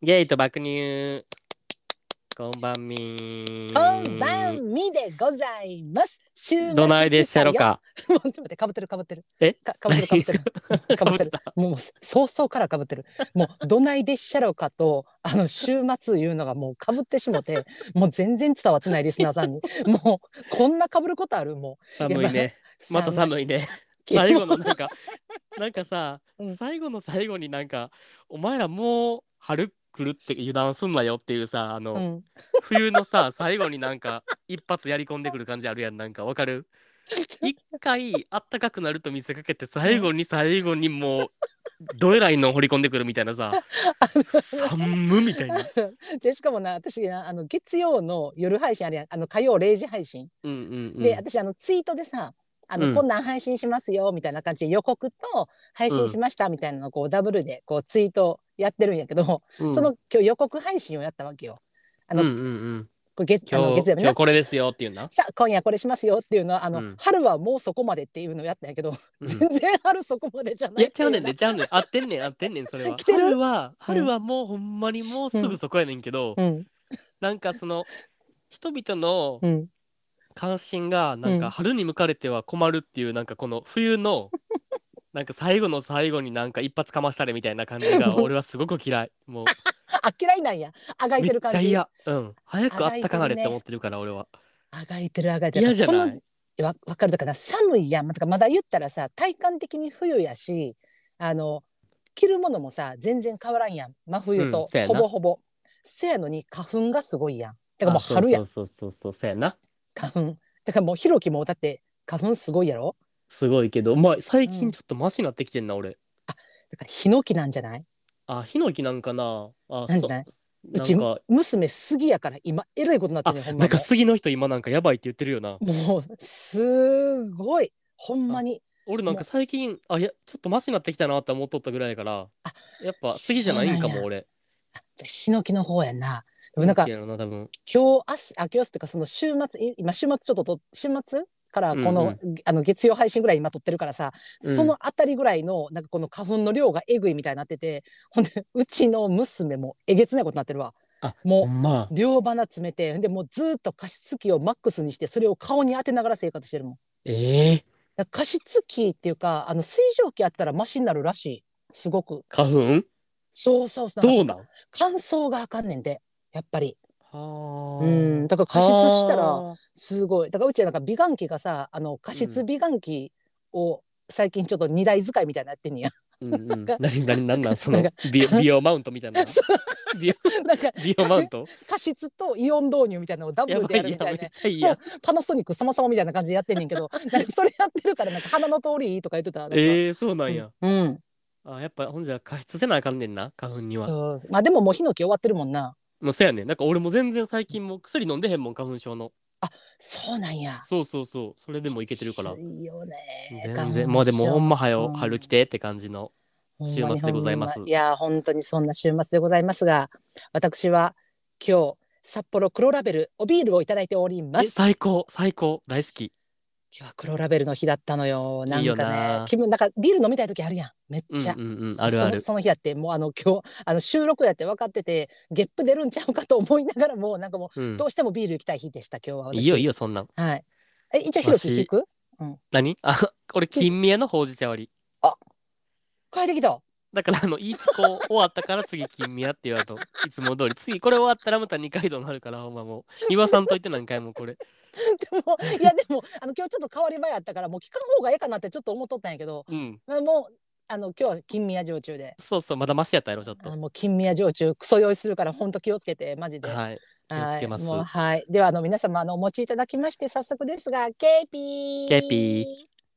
ゲイと爆乳。こんばんみこんばんみでございます。週末どないでっしゃろか。 もうちょっと待って、かぶってる。 えかぶってる。もう早々からかぶってる。もうどないでっしゃろかと週末いうのがもうかぶってしもて、もう全然伝わってないリスナーさんに。もうこんなかぶることある？もう寒いね。また寒いね。最後のなんかさ、最後の最後になんかお前らもう春来るって油断すんなよっていうさ、冬のさ最後になんか一発やり込んでくる感じあるやん。なんかわかる？一回あったかくなると見せかけて最後にもうどえらいの掘り込んでくるみたいなさ寒みたいな。 でしかもな、私な月曜の夜配信あるやん、火曜0時配信、で私ツイートでさこんなん配信しますよみたいな感じで予告と配信しましたみたいなのをこうダブルでこうツイートやってるんやけど、その今日予告配信をやったわけよ。月曜日な、 今日これですよっていうな。 さあ今夜これしますよっていうのは春はもうそこまでっていうのをやったんやけど、全然春そこまでじゃない。 いやちゃうねん合ってんねんそれは。春はもうほんまにもうすぐそこやねんけど、なんかその人々の関心がなんか春に向かれては困るっていう、なんかこの冬のなんか最後の最後になんか一発かましたれみたいな感じが俺はすごく嫌い。もう嫌いなんや。あがいてる感じ。 めっちゃ嫌。早くあったかなれって思ってるから俺は。 あがいてる。 嫌じゃない？ わかる。だから寒いやん。まだ言ったらさ、体感的に冬やし、着るものもさ全然変わらんやん。真冬とほぼほぼ。せやのに花粉がすごいやん。だからもう春やん。 そうせやな。 花粉。だからもうひろきもだって花粉すごいやろ。 すごいけど、まあ最近ちょっとマシになってきてんな俺。 だからヒノキなんじゃない？ ヒノキなんかな。 なんだうち娘杉やから今えらいことになってね。ほんまなんか杉の人今なんかやばいって言ってるよな。 もうすごいほんまに。 俺なんか最近いやちょっとマシになってきたなって思っとったぐらいから、やっぱ杉じゃないんかも俺。 じゃヒノキの方やな。 でもなんか今日明日っていうかその週末、今週末ちょっと週末からこの、月曜配信ぐらい今撮ってるからさ、そのあたりぐらいのなんかこの花粉の量がえぐいみたいになってて、ほんでうちの娘もえげつないことになってるわ。もう両鼻詰めて、でもうずっと加湿器をマックスにしてそれを顔に当てながら生活してるもん。加湿器っていうか水蒸気あったらマシになるらしい。すごく花粉。 そうどうなん？ 乾燥があかんねんでやっぱり。 だから加湿したらすごい。だからうちはなんか美顔器がさ加湿美顔器を最近ちょっと2台使いみたいなやってんねや。 なんなんその美容マウントみたいな。美容マウント？ 加湿とイオン導入みたいなのをダブルでやるみたいな。パナソニック様々みたいな感じでやってんねんけど、それやってるからなんか鼻の通りいいとか言ってた。 そうなんや。やっぱほんじゃ加湿せなあかんねんな、花粉には。 そうまあでももうヒノキ終わってるもんな。 もうそうやねん。なんか俺も全然最近も薬飲んでへんもん、花粉症の。 そうなんや。 そうそれでもいけてるから。 いいよね。 全然もうでもほんま春来てって感じの週末でございます。 いや本当にそんな週末でございますが、私は今日札幌黒ラベルおビールをいただいております。 最高大好き。 今日は黒ラベルの日だったのよ。なんかね、気分なんかビール飲みたい時あるやん。めっちゃ。 あるある。 その日やってもう今日収録やって分かっててゲップ出るんちゃうかと思いながらもなんかもう、どうしてもビール行きたい日でした今日は私。 いいよそんなん。 はい。一応ひろき聞く？ 何？俺金宮のほうじ茶割り。 帰ってきた。 だからいいチコ終わったから次金宮って言われといつも通り次これ終わったらまた二階堂になるからほんまもう言わさんといて何回もこれ。 でも今日ちょっと変わり映えあったからもう聞かん方がええかなってちょっと思っとったんやけど、もう今日は金宮焼酎で。 そうまだマシやったやろちょっと。 もう金宮焼酎クソ用意するから本当気をつけてマジで。 はい。気をつけます。 はい。では皆様お持ちいただきまして早速ですがケーピー。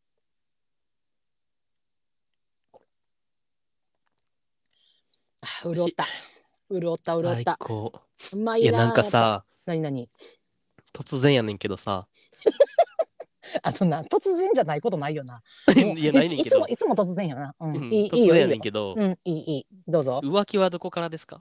潤った。 最高。 うまいな。 いやなんかさ。 何突然やねんけどさ。 突然じゃないことないよな。 いやないねんけど。 いつも突然よな。 突然やねんけど。 いいどうぞ。 浮気はどこからですか？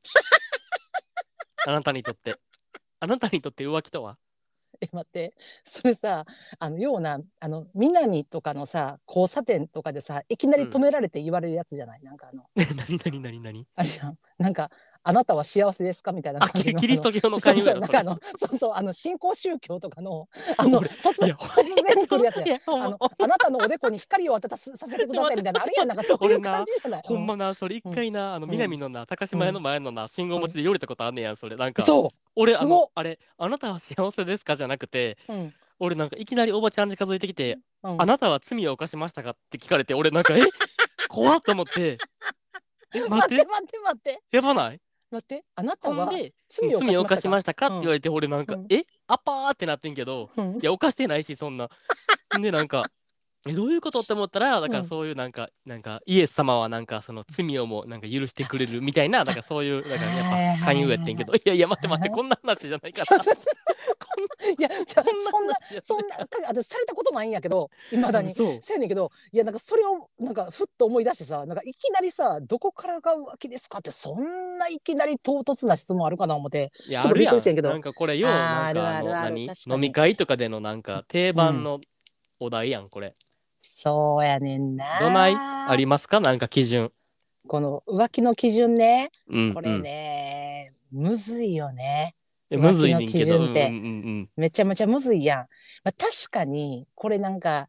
あなたにとって浮気とは？ 待って、それさような南とかのさ交差点とかでさいきなり止められて言われるやつじゃない？なんか何あれじゃん。なんかあなたは幸せですかみたいな感じのキリスト教の勧誘やろ、それ。 新興宗教とかの俺いや突然に来るやつや。 いやほんまあなたのおでこに光を当てさせてくださいみたいなあるやん、なんかそういう感じじゃない。 ほんまな、それ一回な、南のな、高島屋の前のな、信号持ちで寄れたことあんねやん、それ。なんか、 そう俺、 すごっ。 あれ、あなたは幸せですかじゃなくて、 うん俺なんかいきなりおばちゃん近づいてきて、 うんあなたは罪を犯しましたかって聞かれて、俺なんか、怖っと思って、待って、 待って、 やばない？ 待って、あなたはほんで、 罪を罪を犯犯しましか。 しましたたかって言われて、俺なんか、アッパーってなってんけど、いや、犯してないし、そんな。で、なんか、どういうことって思ったら、だからそういうなんかイエス様はなんかその罪をもなんか許してくれるみたいな、だからそういう、だからやっぱ勧誘やってんけど、いやいや、待って、こんな話じゃないから。 いや、じゃあそんな私されたことないんやけど、いまだにそうせやねんけど、いやなんかそれをなんかふっと思い出してさ、なんかいきなりさ、どこからが浮気ですかってそんないきなり唐突な質問あるかな思って、 いや、 ちょっとびっあるやん。 くりしてんけど。 なんかこれよう、なんかある確かに飲み会とかでのなんか定番のお題やん、これ。 そうやねんどないあな。 りますか、なんか基準。 この浮気の基準ね、これうんうん。 ね、むずいよね。 む浮気の基ずいねんけど、うんうんう準って。 んめちゃめちゃむずいやん。確かに、これなんか、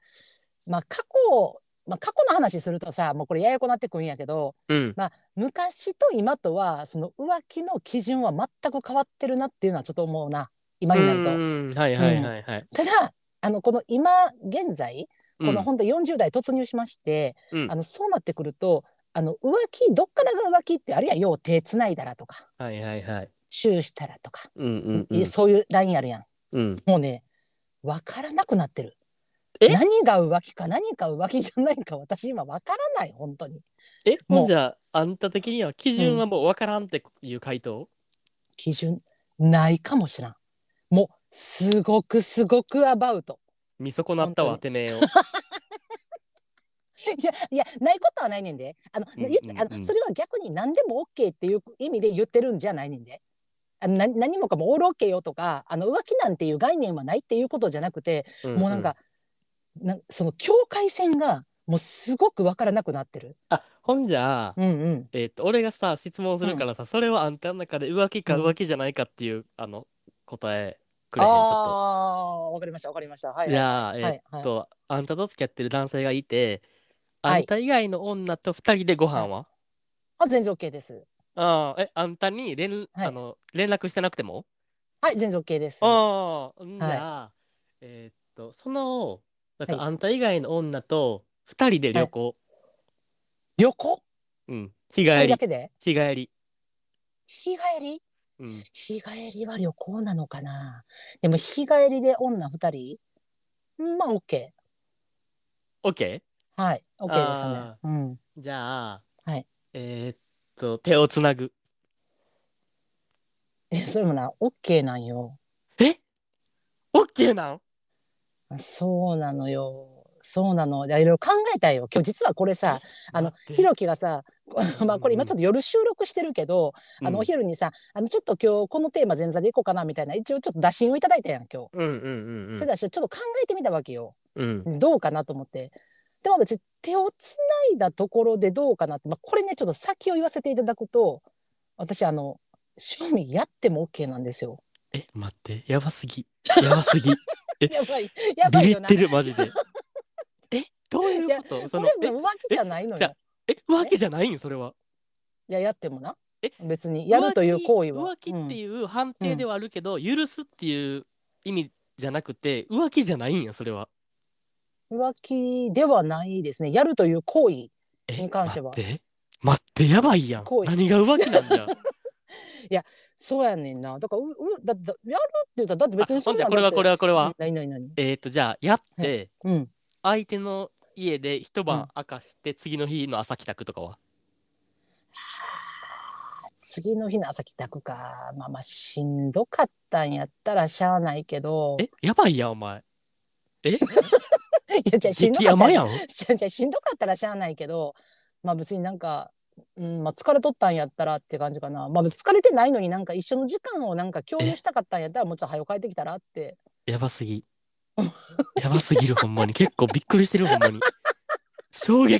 過去の話するとさ、もうこれややこなってくんやけど、 うん。うん。 昔と今とは、その浮気の基準は全く変わってるなっていうのはちょっと思うな。今うになると。 ーん、はいはいうん。 はいはい。 ただ、この今現在、 うん、 この本当40代突入しまして、 うん。 そうなってくると、浮気、どっからが浮気ってあるやん、よう手つないだらとか、 はいはいはい。 チューしたらとか、 うんうんうん。 そういうラインあるやん。 うん。 もうね、わからなくなってる。 え何が浮気か何か浮気じゃないか私今わからない、本当に。 ほんもじゃあ、あんた的には基う、 準はもうわからんっていう回答？ 基準ないかもしらん。もう、すごくアバウト。 見損なったわ、 本当に。 てめえを。 ないことはないねんで。 うん言って、 うんうん。 それは逆に何でも OK っていう意味で言ってるんじゃないねんで。何もかもオール OK よとか、浮気なんていう概念はないっていうことじゃなくて、 うんうん。 もうなんか、その境界線がもうすごくわからなくなってる。 あ、ほんじゃあ、 うんうん。 俺がさ、質問すうん。 るからさ、それはあんたの中で浮気か浮うん。 気じゃないかっていう、答えくあれへん、ちょっと。 あ、わかりました、わかりました。はいはいはい。 じゃあ、 はいはい。 あんたと付き合ってる男性がいて、あはい。 んた以外の女と二人でごはい。 飯は？ 全然 OK です。 ああ、あんたにはい。 連絡してなくても？ はい、全然 OK です。 ああ、んじはい。 ゃあ、なんはい。 かあんた以外の女と二人ではい。 旅行。 旅行うん。日二帰り。 人だけで日帰り。 日帰りうん。 日帰りは旅行なのかな。でも日帰りで女二人、まあ OK。 OK？ はい。OK ですね。 ああうん。 ー、じゃあ、 はい。 手をつなぐ。 それもな、OK なんよ。 え ?OK なん？ そうなのよ。そうなの。いろいろ考えたよ。今日実はこれさ、ひ待って。 ろきがさ、 うんまあこれうん今ちょっと夜収録してるけど、おうん。 昼にさ、ちょっと今日このテーマ前座でいこうかなみたいな、一応ちょっと打診をいただいたやん、今日。 うんうんうんうん。 それだし、ちょっと考えてみたわけよ。 うん。 どうかなと思って。でも別に手をつないだところでどうかなって、まあこれね、ちょっと先を言わせていただくと、私、趣味やっても OK なんですよ。 待って。やばすぎ。やばすぎ。え、 やばい、やばいよな。 ビビってる、マジで。どういいや、 うこと？ これも浮気じゃないのじゃあ、 よ。 浮え気じゃないんそれは？ いや、やってもな。 え、 別に、やるという行為は。 浮気っうん。 ていう判うん。 定ではあるけど、許すっていう意味じゃなくて、浮気じゃないんや、それは。 浮気ではないですね。やるという行為に関しては。 待って。待って、やばいやん。 行為。 何が浮気なんじゃ。 いや、そうやねんな。だから、やるって言ったら、だって別にそほんじゃ、 んなんだって、 これは。 なになになに。 じゃあ、やっはい。 て、 うん。 相手の家で一うん。 晩明かして、次の日の朝帰宅とかは？ 次の日の朝帰宅か。まあまあ、しんどかったんやったらしゃあないけど、 やばいやん、お前。えいや、じゃあしんど激かったら、 ヤマやん。 じゃあしんどかったらしゃあないけど、まあ別になんか、まあ疲れとったんやったらって感じかな。まあ疲れてないのになんか一緒の時間をなんか共有えしたかったんやったらもうちょっと早く帰ってきたらって。 やばすぎ。やばすぎる、ほんまに。結構びっくりしてる、ほんまに。衝撃。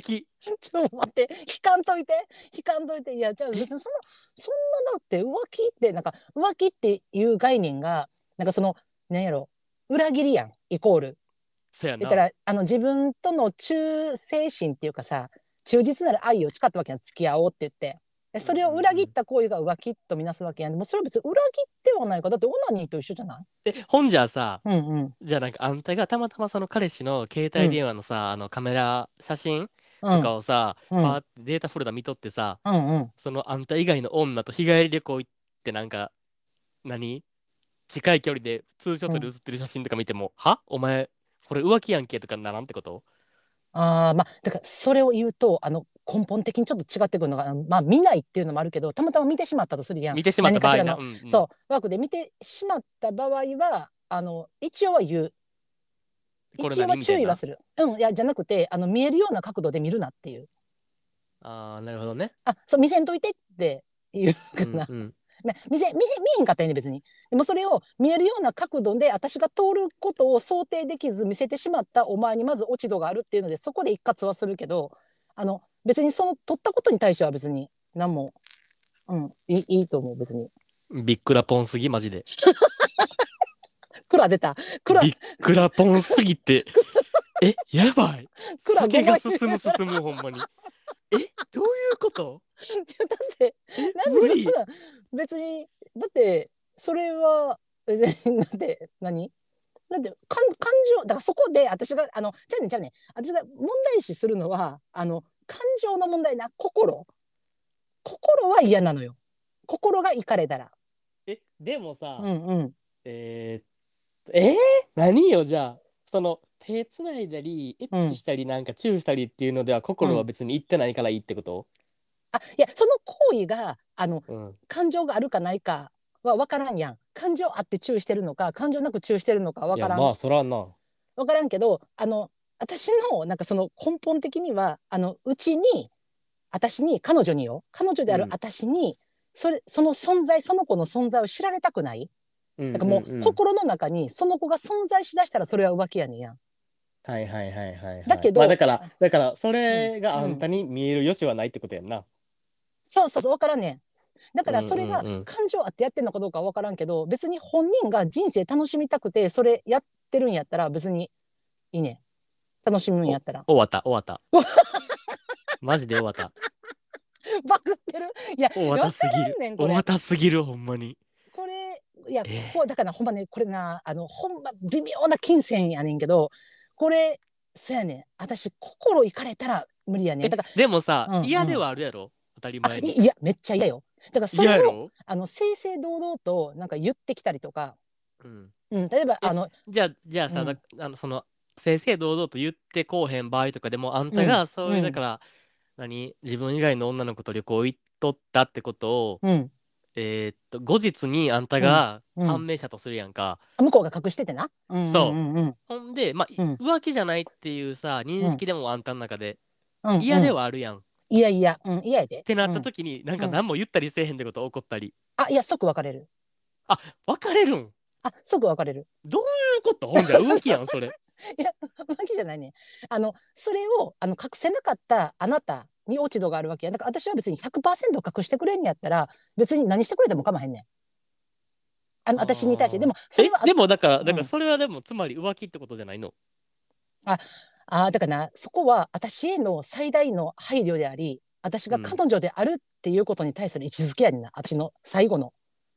ちょっと待って、引かんといて、引かんといて。いや、じゃあ別にそんなだって浮気って、なんか浮気っていう概念が、なんかなんやろ、裏切りやん、イコール。 そうやな。 言ったら、自分との忠誠心っていうかさ、忠実なる愛を誓ったわけやん、付き合おうって言って。それを裏切った行為が浮気とみなすわけやん。でもそれは別に裏切ってはないか。だってオナニーと一緒じゃない？ ほんじゃさ、 うんうん。 じゃあなんかあんたがたまたまその彼氏の携帯うん。 電話のさ、カメラ写真とうん。 かをさ、 うん。 パーってデータフォルダ見とってさ、 うんうん。 そのあんた以外の女と日帰り旅行行ってなんか、何近い距離でツーショットでうん。 写ってる写真とか見ても、はお前、これ浮気やんけとかならんってこと？ ああ、まあ、だからそれを言うと、根本的にちょっと違ってくるのが、まあ、見ないっていうのもあるけど、たまたま見てしまったとするやん。 見てしまった場合な。 何かしらの、 うんうん。 そう、ワークで見てしまった場合は、一応は言う。 これ一応は何みたいな。 注意はする。うん、いや、じゃなくて、見えるような角度で見るなっていう。 ああ、なるほどね。 あ、そう、見せんといてって言うかな。 うんうん。 まあ見えへんかったらね、別に。でもそれを見えるような角度で私が通ることを想定できず見せてしまったお前にまず落ち度があるっていうので、そこで一括はするけど、別に取ったことに対しては別に何も、うん、いいと思う、別に。 ビックラポンすぎ、マジで。 クラ出た。クラ、 ビックラポンすぎて。やばい。 クラ5 酒が枚。 進む進む、ほんまに。どういうこと？ だって、なんで無理。 そんな、別に、だって、それは、別に、だって、だって感情だからそこで私がじゃあね私が問題視するのは感情の問題な心は嫌なのよ。心がいかれたら。 でもさ、 うんうん。 え何よ、じゃあ。手つないだり、エッうんチしたり、なんかチューしたりっていうのでは、心はうん。 別にいってないからいいってこと？ いやその行為がうん。 感情があるかないかは分からんやん。感情あってチューしてるのか感情なくチューしてるのか分いや、 からん。 まあ、そらな。 分からんけど私のなんかその根本的にはうちに私に彼女によ彼女であるうん。 私にその存在その子の存在を知られたくない。 うんうんだからもううん。 心の中にその子が存在しだしたらそれは浮気やねんやん。 はいはいはいはいはい。まあ、 だけど、 だから、そうんれがあんたうん、 に見える由はないってことやんな。 そうそうそう分からんねん。だかうんらそれがうんうん。 感情あってやってんのかどうかは分からんけど別に本人が人生楽しみたくてそれやってるんやったら別にいいねん。楽しむんやったら。 終わった、終わった。マジで終わった。 バグってる。いや終わた分かすぎる。 らんねんこれ。 終わたすぎる、ほんまに。 これいやえだからほんまねこれなほんま微妙な金銭やねんけどこれそうやねん私心いかれたら無理やねんだかでもさ、 ら嫌でうんはあるやろ？当たり前に。 いやめっちゃ嫌よ。だからそれを嫌やろ？ 正々堂々となんか言ってきたりとか、 うん。 うん、例えばじゃあさ、 うん、 正々堂々と言ってこうへん場合とかでも、あんたうんがそういう、だうんから、自分以外の女の子と旅行行っとったってことを、 うん後日にあんたうんがうん判明したとするやんか。 向こうが隠しててな。うんそう。 うんうんほんで、まあ、 うん浮気じゃないっていうさ、認うん識でもあんたの中で嫌でうんうんはあるやん。っいやいや、うん、嫌やで。 てなったうん時に、なんかうん何も言ったりせえへんってこと起こったり。 いや即別れる。 あ、別れるん？ 即別れる。 どういうこと？ほんじゃ浮気やん、それ。 いや浮気じゃないね。それを隠せなかったあなたに落ち度があるわけや。だから私は別に100%隠してくれんやったら別に何してくれても構わへんねん。私に対して。でああ。 もそれはでもだからうんそれはでもつまり浮気ってことじゃないの？ あだからなそこは私への最大の配慮であり私がうん。 彼女であるっていうことに対する位置づけやねんな私の最後の。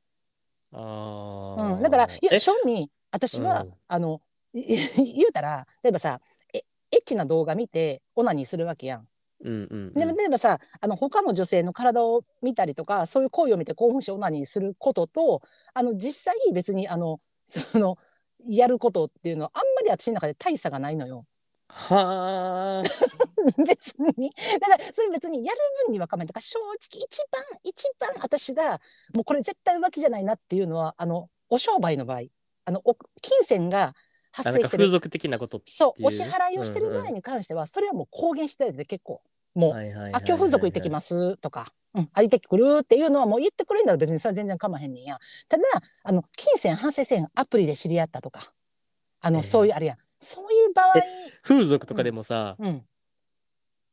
うん、だからいやああ。 正味私はうん。 言うたら例えばさエッチな動画見てオナニーするわけやん。 うんうんうでもん。 例えばさ他の女性の体を見たりとかそういう行為を見て興奮してオナニーすることと実際別にそのやることっていうのはあんまり私の中で大差がないのよ。 はあ。 別にだからそれ別にやる分には構わない。だから正直一番私がもうこれ絶対浮気じゃないなっていうのはお商売の場合金銭が発なん生してるか風俗的なことっそうお支ていう。 払いをしてるうんうん。 場合に関してはそれはもう公言してて結構もうはいはい今日風はいはいはい。 俗行ってきますとか、行ってくるっていうのはもう言ってくれんだら別にそれは全然構わへんねんや。ただ金銭発生せんアプリで知り合ったとかそういうあれやんそういう場合、 風俗とかでうんもさ、 うん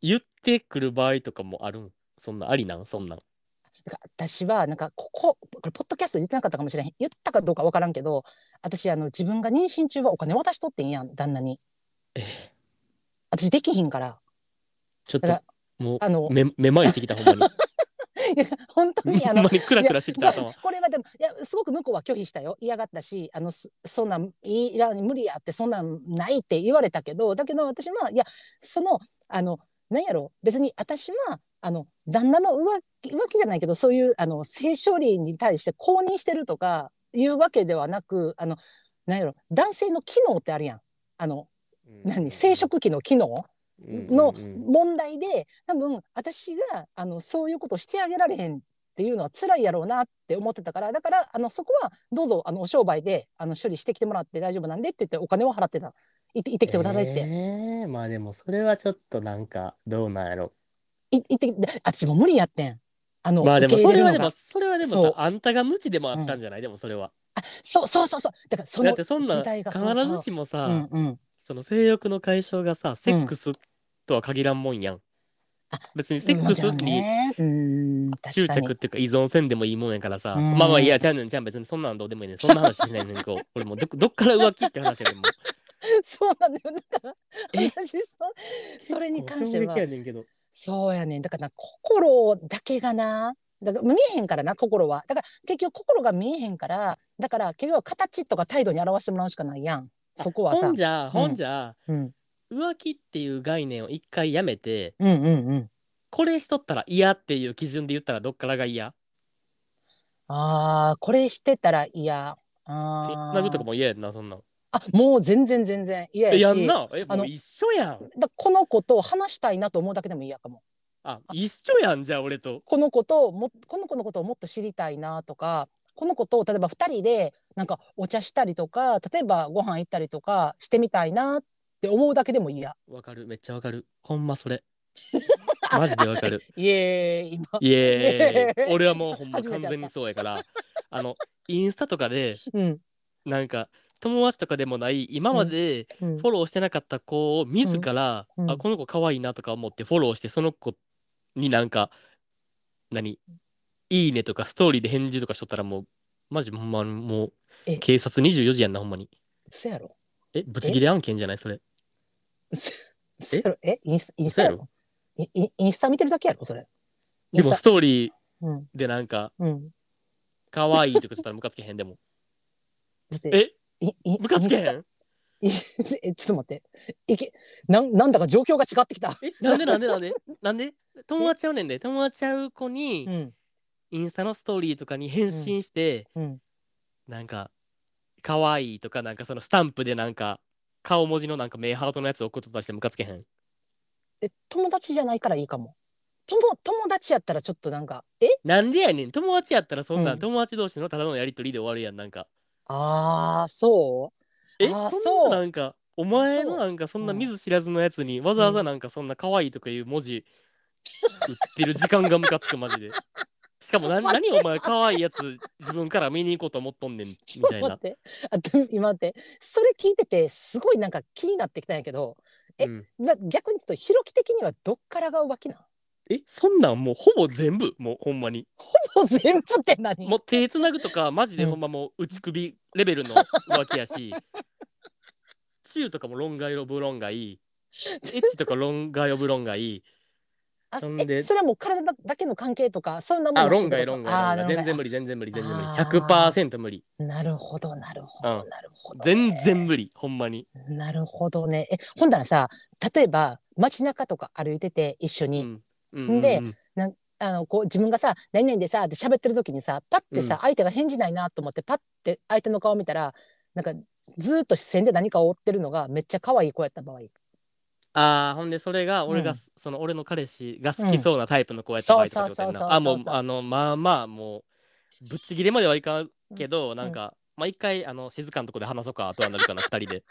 言ってくる場合とかもあるん？そんなありなん？そんなん。 だから私はなんかこれポッドキャストで言ってなかったかもしれへん、言ったかどうかわからんけど、私自分が妊娠中はお金渡しとってんやん、旦那に。 え、 私できひんから。 ちょっとだからもうめまいしてきたほんまに。 いや本当にほんまにクラいやクラしてきた頭。 これはでもいやすごく向こうは拒否したよ、嫌がったし、そんなんいらん無理やってそんなんないって言われたけど、だけど私はいやそのなんやろ別に私は旦那の浮気じゃないけどそういう性処理に対して公認してるとかいうわけではなくなんやろ男性の機能ってあるやん、あの生殖器の機能の問題で多分私がそういうことしてあげられへんっていうのは辛いやろうなって思ってたから、だからそこはどうぞお商売で処理してきてもらって大丈夫なんでって言ってお金を払ってた。行ってきてくださいって。 まあでもそれはちょっとなんかどうなんやろ。 行ってで私も無理やってんまあでも受け入れるのが。 それはでもさ、 そう、 あんたが無知でもあうん、 ったんじゃない？でもそれは。 そうだからそだっのてそんな時代がそう必ずそう、 しもさ、 うんうん、 その性欲の解消がさ、セうん、 ックスとは限らんもんやん。 あ、 別にセックもちろんスにね、確執かに、 着っていうか依存せんでもいいもんやからうさ。まあまあいや、ちん。 ゃうねん、ちゃう、別にそんなんどうでもいいねん。そんな話しないねん、こう。俺もうどっから浮気って話やねん、もう。 そうなんだよ。だからえ、 私それに結構衝撃関してはやねんけど。 そうやねん。だから心だけがな。だから見えへんからな心は。だから結局心が見えへんから、だから結局は形とか態度に表してもらうしかないやん。 あ、 そこはさ。うん。 ほんじゃ、 うん浮気っていう概念を一回やめて、 うんうんうん。 これしとったら嫌っていう基準で言ったらどっからが嫌？ ああ、これしてたら嫌。 手つなぐとかあも嫌やんな、そんなん。 あ。もう全然嫌やし、 やんな。もうあの、 一緒やん。 この子と話したいなと思うだけでも嫌かも。 あ、一緒やん、じゃあ俺と。 この子のことをもっと知りたいなとか、この子と例えば2人でなんかお茶したりとか、例えばご飯行ったりとかしてみたいなって思うだけでも嫌。 わかる、めっちゃわかる。ほんまそれ。 あマジでわかる。 イエーイ今イイエーイ。 エーイ俺はもうほんま完全に初めてやった。 そうやから、あの、インスタとかで、 うん、 なんか、友達とかでもない、今うん、 までうん、 フォローしてなかった子をうん、 自ら、あ、 うん。 この子可愛いなとか思ってフォローして、その子になんか、何いいねとかストーリーで返事とかしとったらもう、マジほんまもう、 え、 警察24時やんな、ほんまに。 嘘やろ？ ブチえ、 ギレ案件じゃないそれ？ 嘘嘘えやろ？インス嘘やろ？ タやろ？インスタ見てるだけやろそれ？インでもススタ。 トーリーうん、 でなんか、 うん。 可愛いとかちょっとムカつけへんでも。 だって、 えムカインスタ、 つけへん？ ちょっと待って。いけ、なんだか状況が違ってきた。 なんで友え、 達ちゃうねんで。友達ちゃう子に、 うん、 インスタのストーリーとかに返うん、 信して、 うん。 なんか、可愛いとか、なんかそのスタンプでなんか、顔文字のなんか目ハートのやつ送っとったりしてムカつけへん？ 友達じゃないからいいかも。友達やったらちょっとなんか、 なんでやねん。友達やったらそんなんうん。 友達同士のただのやりとりで終わるやん、なんか。 ああ、そうああ、 そんなそなんか、お前のそなんかそんなう。 見ず知らずのやつにわうん。 ざわざなんかそんな可愛いとかいう文字打ってる時間がムカつく、マジで。しかも何お前可愛いやつ自分から見に行こうと思っとんねん、 ちみたいな。 ょっと待って。今待って。それ聞いてて、すごいなんか気になってきたんやけど、 うん。 逆にちょっとひろき的にはどっからが浮気なん？ そんなんもうほぼ全部、もうほんまに。 もう全部って何？ もう手つなぐとか、マジでうん。 ほんまもう内首レベルの浮気やし、チューとかもロンガイオブロンがいい、エッチとかロンガイオブロンがいい、ほんで、 それはもう体だけの関係とか、そういうのもあ、 なしってこと？ああー、なるほど。 全然無理、全然無理、全然無理。 あ 100%無理。 なるほど、なるほど、 うん。 なるほど全然ね。 無理、ほんまに。 なるほどね。ほんだらさ、例えば街中とか歩いてて一緒に。 うん。うんうんで、 んこう自分がさ、何々でさ、って喋ってる時にさ、パッてさ、 うん。 相手が返事ないなと思って、パッて相手の顔見たら、なんかずーっと視線で何かを追ってるのがめっちゃ可愛い子やった場合。 ああ、ほんで、それが、俺が、 うん。 その、俺の彼氏が好うん。 きそうなタイプの子やった場合とかっそうそうてことやんな。 そうそうあ、もう、 そうそう。 まあまあ、もう、ぶっちぎれまではいかんうん。 けど、なうん。 んか、まあ一回、静かなとこで話そうか、とはなるかな、二人で。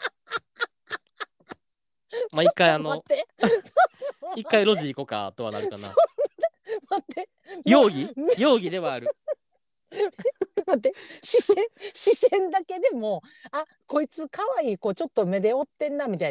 まあちょっ一回、 と待って。 一待って。 回路地行こうか、とはなるかな。 待って。も容疑ではある。 待って。視線だけでも、あ、こいつ可愛い子ちょっと目で追ってんな、みたいな。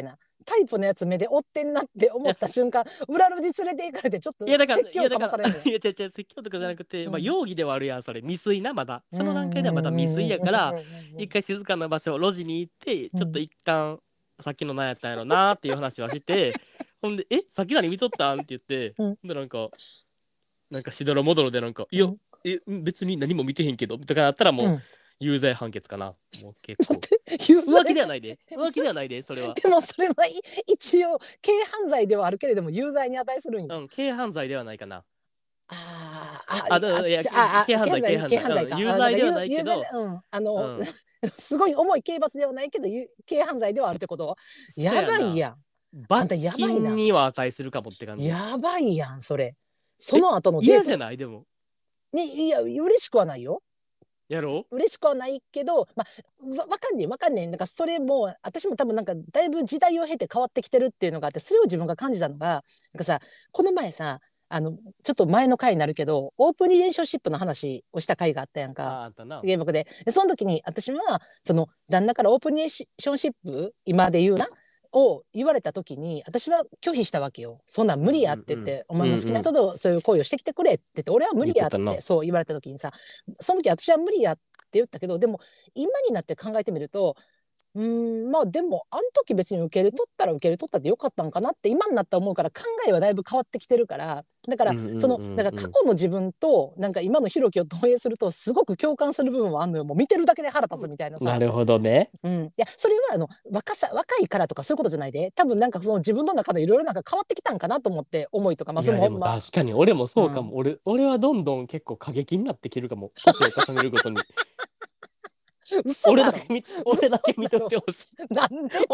タイプのやつ目で追ってんなって思った瞬間裏路地連れて行かれてちょっと説教かまされるのよ。 いや違う違う説教とかじゃなくて、まあ容疑ではあるやんそれ未遂なまだその段階ではまだ未遂やから一回静かな場所路地に行ってちょっと一旦さっきの何やったんやろなっていう話はしてほんでさっき何見とったんって言ってでなんかしどろもどろでなんかいや別に何も見てへんけどとかなったらもう有罪判決かな。もう結構浮気ではないで浮気ではないでそれは。 でもそれは一応軽犯罪ではあるけれども有罪に値するんよ。 軽犯罪ではないかな。 いや軽犯罪か。 有罪ではないけどすごい重い刑罰ではないけど軽犯罪ではあるってこと。やばいやん。 罰金には値するかもって感じ。 やばいやんそれ。その後の嫌じゃないでも。 ね、いや嬉しくはないよ。 やろう嬉しくはないけど、まあ、わかんねえなんかそれも私も多分なんかだいぶ時代を経て変わってきてるっていうのがあってそれを自分が感じたのがなんかさこの前さちょっと前の回になるけどオープンリレーションシップの話をした回があったやんか。 あったな。 原爆でその時に私はその旦那からオープンリレーションシップ今で言うなを言われた時に私は拒否したわけよ。そんなん無理やって言って、お前も好きな人とそういう行為をしてきてくれって言って俺は無理やってそう言われた時にさその時私は無理やって言ったけどでも今になって考えてみるとまあでもあの時別に受け入れとったら受け入れとったってよかったんかなって今になったら思うから考えはだいぶ変わってきてるからだからだから過去の自分となんか今のひろきを投影するとすごく共感する部分はあるのよ。もう見てるだけで腹立つみたいなさ。 なるほどね。 いやそれは若いからとかそういうことじゃないで多分なんかその自分の中のいろいろなんか変わってきたんかなと思って思いとかまあでも確かに俺もそうかも、俺はどんどん結構過激になってきてるかも年を重ねるごとに。俺だけ見とってほしい。 なんで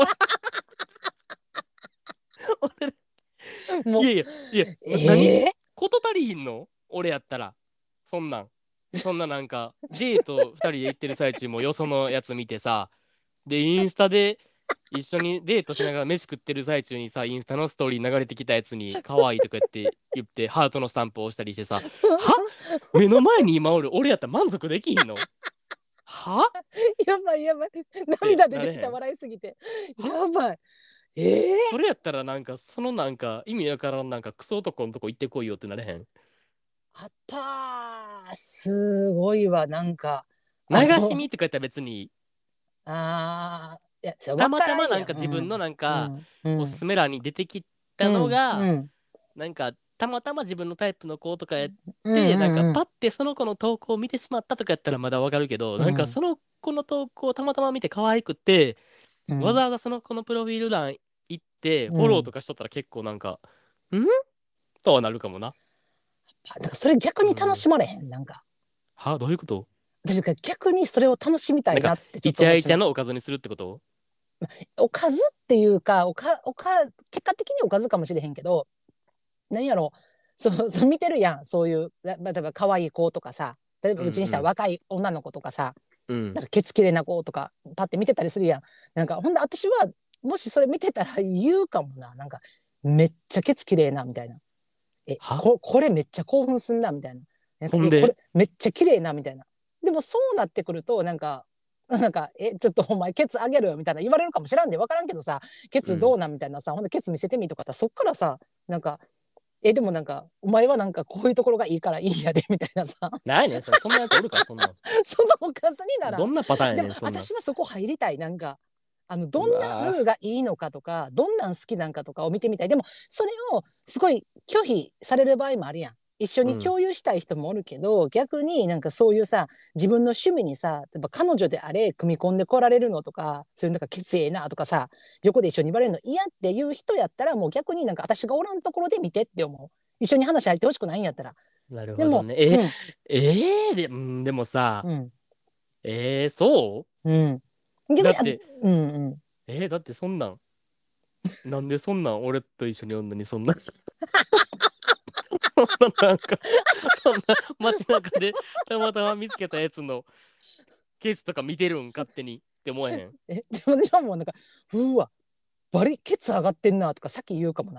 いや何こと足りひんの俺やったらそんなんなんかデート2人で行ってる最中もよそのやつ見てさでインスタで一緒にデートしながら飯食ってる最中にさインスタのストーリー流れてきたやつに可愛いとか言ってハートのスタンプを押したりしてさは目の前に今おる俺やったら満足できひんのはやばい涙出てきた笑いすぎてやばいそれやったらなんかそのなんか意味わからんなんかクソ男のとこ行ってこいよってなれへん。 あったーすごいわなんか流し見とかやったら別にいやたまたまなんか自分のなんかおすすめ欄に出てきたのがなんかたまたま自分のタイプの子とかやってなんかパッてその子の投稿を見てしまったとかやったらまだわかるけどなんかその子の投稿をたまたま見て可愛くってわざわざその子のプロフィール欄行ってフォローとかしとったら結構なんかとはなるかもな。 だからそれ逆に楽しまれへんなんかどういうこと？ 私が逆にそれを楽しみたいなってちょっとイチャイチャのおかずにするってこと？ おかずっていうか結果的におかずかもしれへんけど何やろそう見てるやんそういう例えば可愛い子とかさ例えばうちにしたら若い女の子とかさ、なんかケツ綺麗な子とかパッて見てたりするやん。なんかほんで私はもしそれ見てたら言うかもななんかめっちゃケツ綺麗なみたいなこれめっちゃ興奮すんなみたいなこれめっちゃ綺麗なみたいな。でもそうなってくるとなんかちょっとお前ケツあげるよみたいな言われるかもしらんで分からんけどさケツどうなんみたいなさ、ほんでケツ見せてみとかそっからさなんかでもなんかお前はなんかこういうところがいいからいいやでみたいなさないねそんなやつおるかそんなそのおかずにならどんなパターンやねんでも私はそこ入りたいなんかどんな風がいいのかとかどんなん好きなんかとかを見てみたい。でもそれをすごい拒否される場合もあるやん。一緒に共有したい人もおるけど、逆になんかそういうさ自分の趣味にさ例えば彼女であれ組み込んでこられるのとかそういうなんかケツええなとかさ横で一緒に言われるの嫌っていう人やったらもう逆になんか私がおらんところで見てって思う。一緒に話入ってほしくないんやったら。 なるほどね。でもさ、そう？だってだってそんなんなんでそんなん俺と一緒におんのにそんななんかそんな街中でたまたま見つけたやつのケツとか見てるん勝手にって思えへん？ じゃあもうなんかうわバリケツ上がってんなとかさっき言うかもな。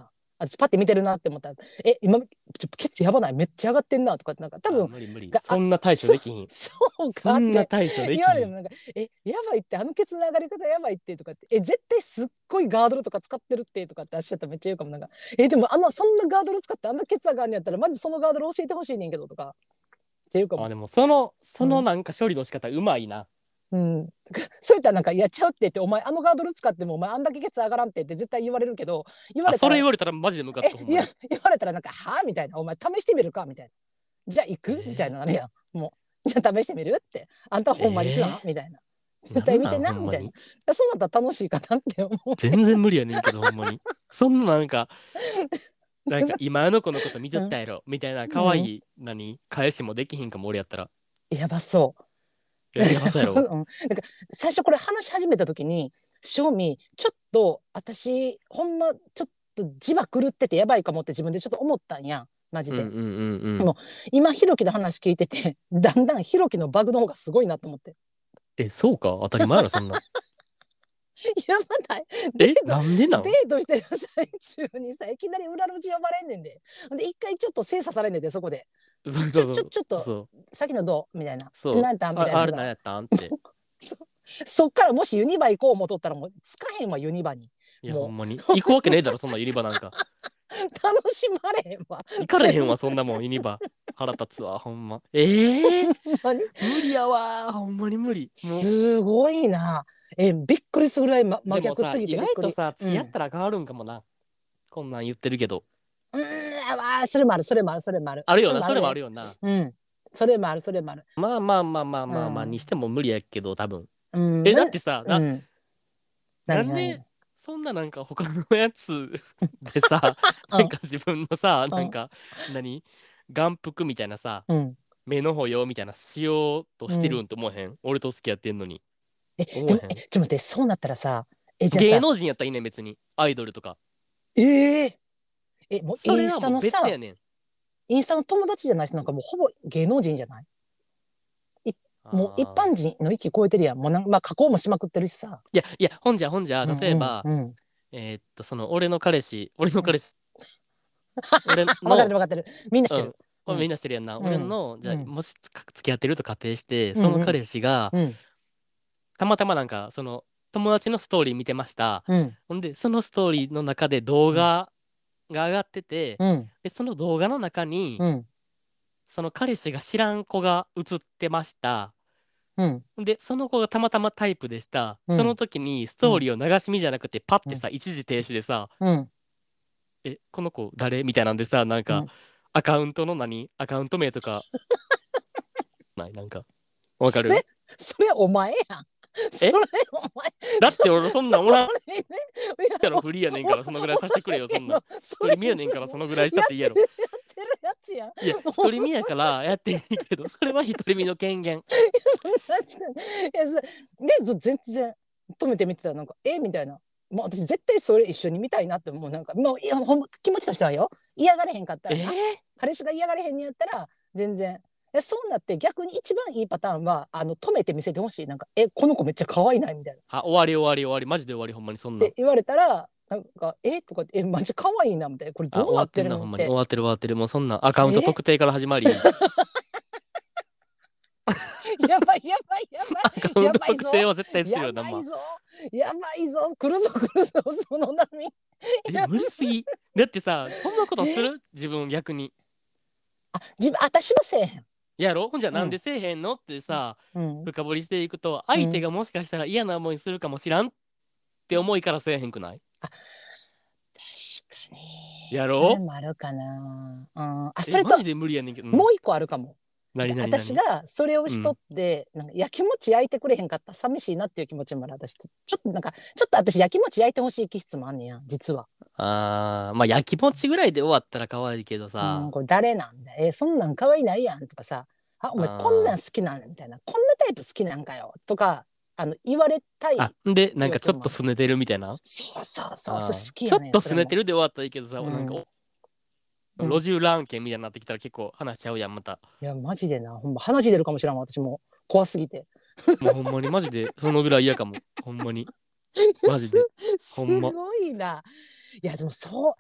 私パッて見てるなって思ったら今ケツやばない、めっちゃ上がってんなとかってなんか多分無理無理、そんな対処できひん。 そうかそんなって対処でき言われてひん。 もなんかやばいってケツの上がり方やばいってとかって絶対すっごいガードルとか使ってるってとかって私やったらめっちゃ言うかもなんかでもそんなガードル使ってケツ上がんねやったらマジそのガードル教えてほしいねんけどとかっていうかも。 でもそのなんか処理の仕方うまいな。 うん、そういったらなんかやっちゃうって言ってお前ガードル使ってもお前あんだけケツ上がらんってって絶対言われるけど言われたらそれ言われたらマジでムカつくほんまに。 言われたらなんかはみたいなお前試してみるかみたいなじゃあ行くみたいなのあれやんもうじゃあ試してみるってあんたほんまにすなみたいな絶対見てなみたいなそうなったら楽しいかなって思う。 全然無理やねんけどほんまにそんななんか今あの子のこと見ちゃったやろ、みたいな可愛い返しもできひんかも俺やったら。 やばそう。 やばそうやろ。 なんか最初これ話し始めた時に正味ちょっと私ほんまちょっと磁場狂っててやばいかもって自分でちょっと思ったんやマジで。もう今ひろきの話聞いててだんだんひろきのバグの方がすごいなと思って。 そうか当たり前やろそんな。 やばないなんでなんデートしてる最中にさいきなり裏路地呼ばれんねんで一回ちょっと精査されんねんでそこでちょっとさっきのどうみたいな何やったんみたいなあれ何やったんってそっからもしユニバ行こうもとったらもうつかへんわユニバに。 いやほんまに行くわけねえだろそんなユニバなんか楽しまれへんわ行かれへんわそんなもんユニバ腹立つわほんま無理やわほんまに無理すごいなびっくりするぐらい、真逆すぎて意外とさ付き合ったら変わるんかもな、こんなん言ってるけどそれもあるそれもあるそれもあるあるよなそれもあるよなそれもあるそれもあるまあにしても無理やけど多分だってさなんでそんななんか他のやつでさなんか自分のさなんか眼福みたいなさ目の保養みたいなしようとしてるんと思わへん俺と付き合ってんのに。 でもちょっと待ってそうなったらさじゃあさ芸能人やったらいいねん別にアイドルとかもうインスタのさインスタの友達じゃないしなんかもうほぼ芸能人じゃないもう一般人の域超えてるやんもうまあ加工もしまくってるしさいやほんじゃ例えばその俺の彼氏俺の分かってるみんなしてるみんなしてるやんな俺のじゃあもし付き合ってると仮定してその彼氏がたまたまなんかその友達のストーリー見てました。ほんでそのストーリーの中で動画が上がってて、でその動画の中に、その彼氏が知らん子が映ってました。でその子がたまたまタイプでした。その時にストーリーを流し見じゃなくてパッてさ、一時停止でさ、この子誰みたいなんでさなんか、アカウント名とかなんかわかる？ それお前やん。それお前だって俺そんなんおらんやろフリーやねんからそのぐらいさせてくれよそんな一人見やねんからそのぐらいしたっていいやろ。 やってるやつやん。 いや一人見やからやっていいけどそれは一人見の権限。 全然止めてみてたらなんかみたいな。もう私絶対それ一緒に見たいなってもうなんかもういやほんま気持ちとしてはよ嫌がれへんかったら彼氏が嫌がれへんにやったら全然そうなって逆に一番いいパターンは止めて見せてほしいなんかこの子めっちゃ可愛いないみたいな終わりマジで終わりほんまにそんなって言われたらなんかとかマジ可愛いなみたいなこれどうなってるのって終わってるもうそんなアカウント特定から始まりやばいアカウント特定は絶対するよなやばいぞ来るぞその波無理すぎだってさそんなことする自分逆に私はせえへんやろほんじゃなんでせえへんのってさ、深掘りしていくと相手がもしかしたら嫌な思いするかもしらんって思いからせえへんくない？ 確かにやろそれもあるかな。それとマジで無理やねんけど、 もう一個あるかも。私がそれをしとって、なんかやきもち焼いてくれへんかったら寂しいなっていう気持ちもある私ちょっと私やきもち焼いてほしい気質もあんねや実は。 まあやきもちぐらいで終わったら可愛いけどさ、 これ誰なんだそんなん可愛いないやんとかさお前こんなん好きなんみたいなこんなタイプ好きなんかよとか言われたいでなんかちょっとすねてるみたいなそう好きやねんちょっとすねてるで終わったらいいけどさ、なんか路地裏案件みたいになってきたら結構話しちゃうやんまた。 いやマジでなほんま話出るかもしれん私も怖すぎてもうほんまにマジでそのぐらい嫌かもほんまにマジでほんますごいないやでもそう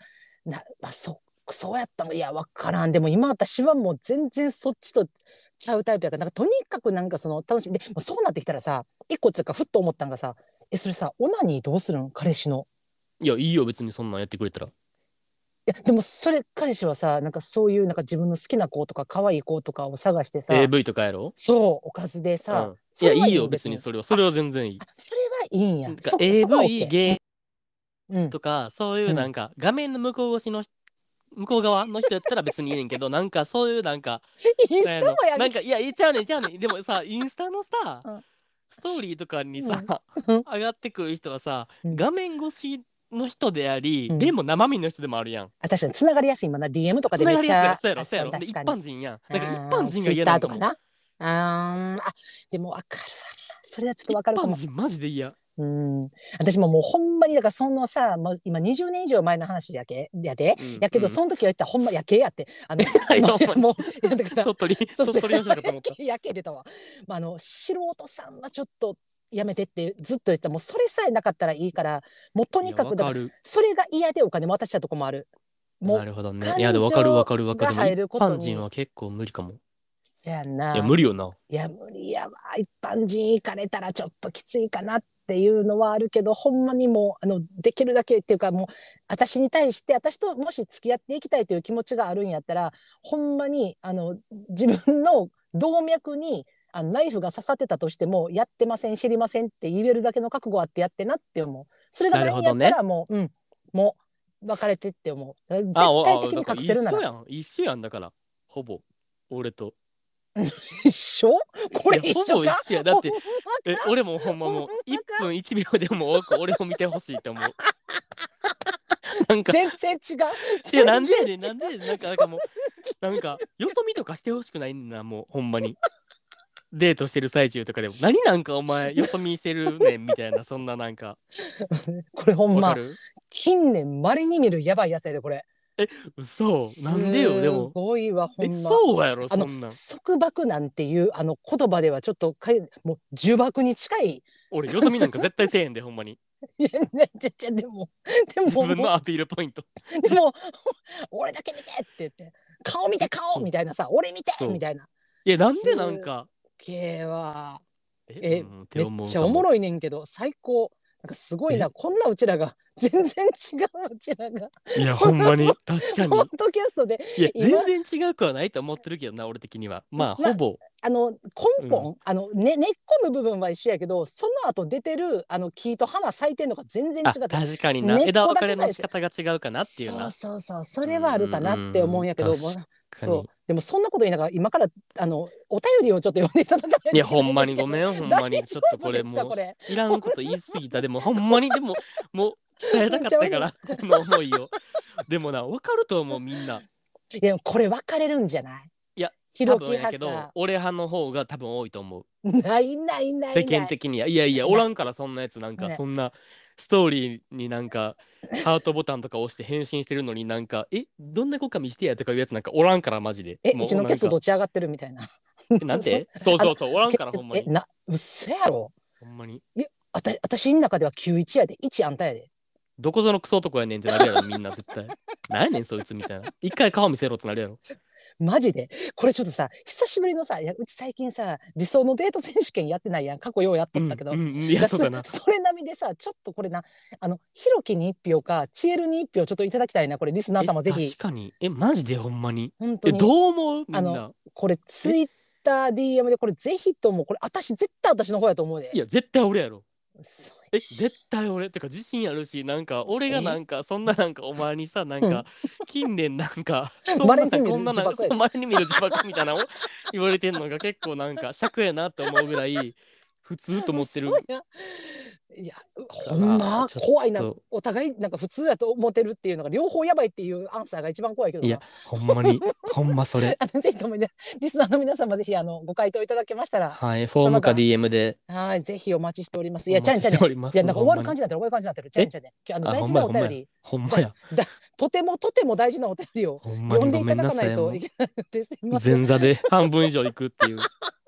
まあ、そうやったの。いや、わからん。でも今私はもう全然そっちとちゃうタイプやから、なんかとにかくなんかその楽しみで、もうそうなってきたらさ、一個つうかふっと思ったんがさ、それさ、オナニーどうするん彼氏の。 いや、いいよ、別にそんなんやってくれたら。 いや、でもそれ、彼氏はさ、なんかそういうなんか自分の好きな子とか可愛い子とかを探してさ、 AV とかやろ。 そう、おかずでさ、 うん。いや、 それはいいいいよ、 ん別に。 別にそれは。そあ、 れは全然いい。 それはいいんや。 なんかそこは AV、 OK。 ゲうん、 ーとか、そういううん。 なんか、画面の向こう側の人やったら別にいいねんけど、なんかそういうなんか、 インスタなんやの、 もやげ。 なんか、いや、言っちゃうねん、ちゃうねん。でもさ、インスタのさ、 うん、 ストーリーとかにさ、 うん、うん、 上がってくる人はさ、 うん、 画面越しの人であり、でうん。 も生身の人でもあるやん。 あ、確かに繋がりやすいもんな。DM とかでめっつながりやすいやろ、 ちゃ、 そうやろ、 あ、そう、 そうやろ。で、一確かに。 般人やん。なんか一般人がツイッ嫌なんかも。 ターとかな。でもわかるわ。それはちょっと一わかるかも。 般人マジで嫌。 うん。私ももうほんまに、だからそのさ、もう今20年以上前の話やけど、 うんうん。 その時は言ったらほんまやけやって。 いや、ほんまに。 もう、いやだから、そうそう、 鳥取の人だかと思った。 やけ出たわ。素人さんはちょっとやめてってずっと言った。もうそれさえなかったらいいから、もうといや、 にかく、だから、 わかる。 それが嫌でお金も渡したとこもある。もう、 なるほどね。いや、でもわかるわ感情かるわかる。でも一が入ること般人に、 は結構無理かも。 そやんいや、 な。 無理よな。 いや、無理やわ。一般人行かれたらちょっときついかなっていうのはあるけど、ほんまにもう、できるだけっていうか、もう、私に対して、私ともし付き合っていきたいという気持ちがあるんやったら、ほんまに、自分の動脈に、ナイフが刺さってたとしても、やってません、知りませんって言えるだけの覚悟あってやってなって思う。それがなないんやったるほどね。 らもう、うん、もう、別れてって思う。絶対的にだから隠せるなら。 一緒やん。一緒やんだから。ほぼ。俺と。 一緒。これいや、ほ一緒か。 ぼ一緒や。だほんまって、 か。 俺もほんまほんまもう、1 か。 分1秒でも多く俺を見てほしいと思う。なんか、 全然違う。 いや、 全然なんでやねん、 違う。 なんでやねん。 そう。 もう、よそ見とかしてほしくないんだ、もう、ほんまに。デートしてる最中とかでも、何なんかお前、よそ見してるねん、みたいな、そんななんか、 これほんま、 わかる。 近年稀に見るやばいやつやで、これ。 え、嘘なんでよ、ですも。 ごいわ、ほんま。 そうやろ、そんなん。 束縛なんていう言葉ではちょっともう呪縛に近い。 俺、よそ見なんか絶対せえへんで、ほんまに。 いやね、でも、でも、 自分のアピールポイント。 でも、俺だけ見てって言って、顔見て顔そう。 みたいなさ、俺見てみそう。 たいな。 いや、なんすっでなんか、 げえわ。 うん、ってめっちゃおも思うかも。 ろいねんけど、最高。なんかすごいえな、こんなうちらが、全然違ううちらが、 いや、 このほんまに、確かポッに。 ドキャストで、 いや、 今、 全然違くはないと思ってるけどな、俺的には。まあ、 ま、 ほぼ。 根うん。 本、根っこの部分は一緒やけど、その後出てる、木と花咲いてんのが全然あ、 違って、 確かにな。 根っこ枝分かれだけが一緒。 の仕方が違うかなっていうそうな。 そうそう、そうんうれはあるかなって思うんんうん。 やけど、 確もうかに。 そう。でもそんなこと言いながら、今から、お便りをちょっと読んでいただかないいや、 といけほんないんですけど、 まにごめん、ほん大まに。ちょっとこ丈夫ですか、 れもう、 これ。 いらんこと言い過ぎた。でも、ほんまに、でも、もう、伝えためっちゃおもろい。 かったから、この思いを。でもな、わかると思う、みんな。 いや、これ分かれるんじゃない。 いや、多ひろき分やけど、 派か。 俺派の方が多分多いと思う。 ないないな世いない。 間的には。いやいや、おな、 らんから、そんなやつ、なんか、 ね、 そんな、ストーリーになんか、ハートボタンとか押して返信してるのになんか、どんな子か見してやとかいうやつなんかおらんからマジで。 うちのケツもうなんか、 どっち上がってるみたいな。 なんそう、 てそうあの、 そうそう、おらんけからほんまに。 うっそやろ。 ほんまに。 私の中では91やで。1あんたやで。 どこぞのクソ男やねんってなるやろ、みんな絶対。なんやねん、そいつみたいな。一回顔見せろってなるやろ。 マジで。これちょっとさ、久しぶりのさ、うち最近さ、理想のデート選手権やってないやん。過去ようやっとったけど。 いや、そうだな。 それ並みでさ、ちょっとこれな、ひろきに一票か、ちえるに一票ちょっといただきたいな。これ、リスナー様ぜひ。 確かに。マジでほんまに。ど本当に。 う思うみんな。 これ、ツえ、 イッター DM で、これぜひとも、これ、絶対私の方やと思うで。 いや、絶対俺やろ。 嘘。 絶対俺。てか自信あるし、なんか、俺がなえんか、そんななんか、お前にさ、なんうん。 か、近年なんか、そんなな、 稀に見るこんなな、 自爆やで。 前に見る自爆みたいなの言われてんのが結構なんか、尺やなって思うぐらい、普通と思ってる嘘や。いや、ほんから、 ま、 ちょっ怖いな。 と、 お互い、なんか普通やと思ってるっていうのが、両方やばいっていうアンサーが一番怖いけどいや、 な。 ほんまに、ほんまそれ。 ぜひともね、リスナーの皆様、ぜひ、ご回答いただけましたら、 はい、フォームかまた、 DM ではい、ぜひお待ちしております。いや、ちゃお待ちしんちゃんね。いや、 ております、 なんか終ほんまに。 わる感じになってる、終わる感じになってる。ちゃんえちゃんね。大ほ事んまやほんまや。 なお便り、だ、 ほんまや。 とてもとても大事なお便りをほんまにごめん読んでいただなさい。 かないともういけないので、すみません。 前座で半分以上いくっていう。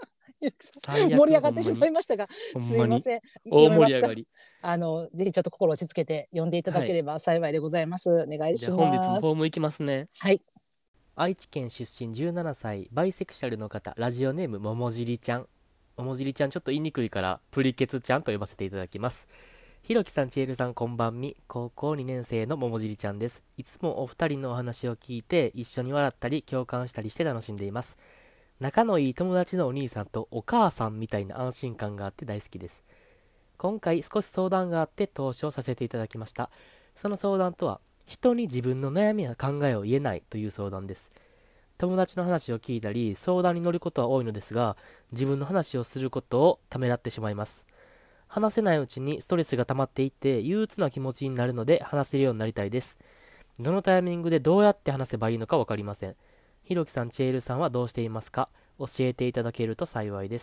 最悪盛り上がってしまいましたが、 ほんまにすいません。 大読めますか？ 盛り上がり。 ぜひちょっと心落ち着けて読んでいただはい。 ければ幸いでございます。お願いしじゃあ本日もます。 フォームいきますね。 はい。 愛知県出身17歳バイセクシャルの方、ラジオネームももじりちゃん。ももじりちゃんちょっと言いにくいからプリケツちゃんと呼ばせていただきます。ひろきさん、ちえるさん、こんばんみ。高校2年生のももじりちゃんです。いつもお二人のお話を聞いて一緒に笑ったり共感したりして楽しんでいます。仲のいい友達のお兄さんとお母さんみたいな安心感があって大好きです。今回少し相談があって投書させていただきました。その相談とは、人に自分の悩みや考えを言えないという相談です。友達の話を聞いたり相談に乗ることは多いのですが、自分の話をすることをためらってしまいます。話せないうちにストレスが溜まっていって憂鬱な気持ちになるので話せるようになりたいです。どのタイミングでどうやって話せばいいのかわかりません。ひろきさん、ちえるさんはどうしていますか？教えていただけると幸いです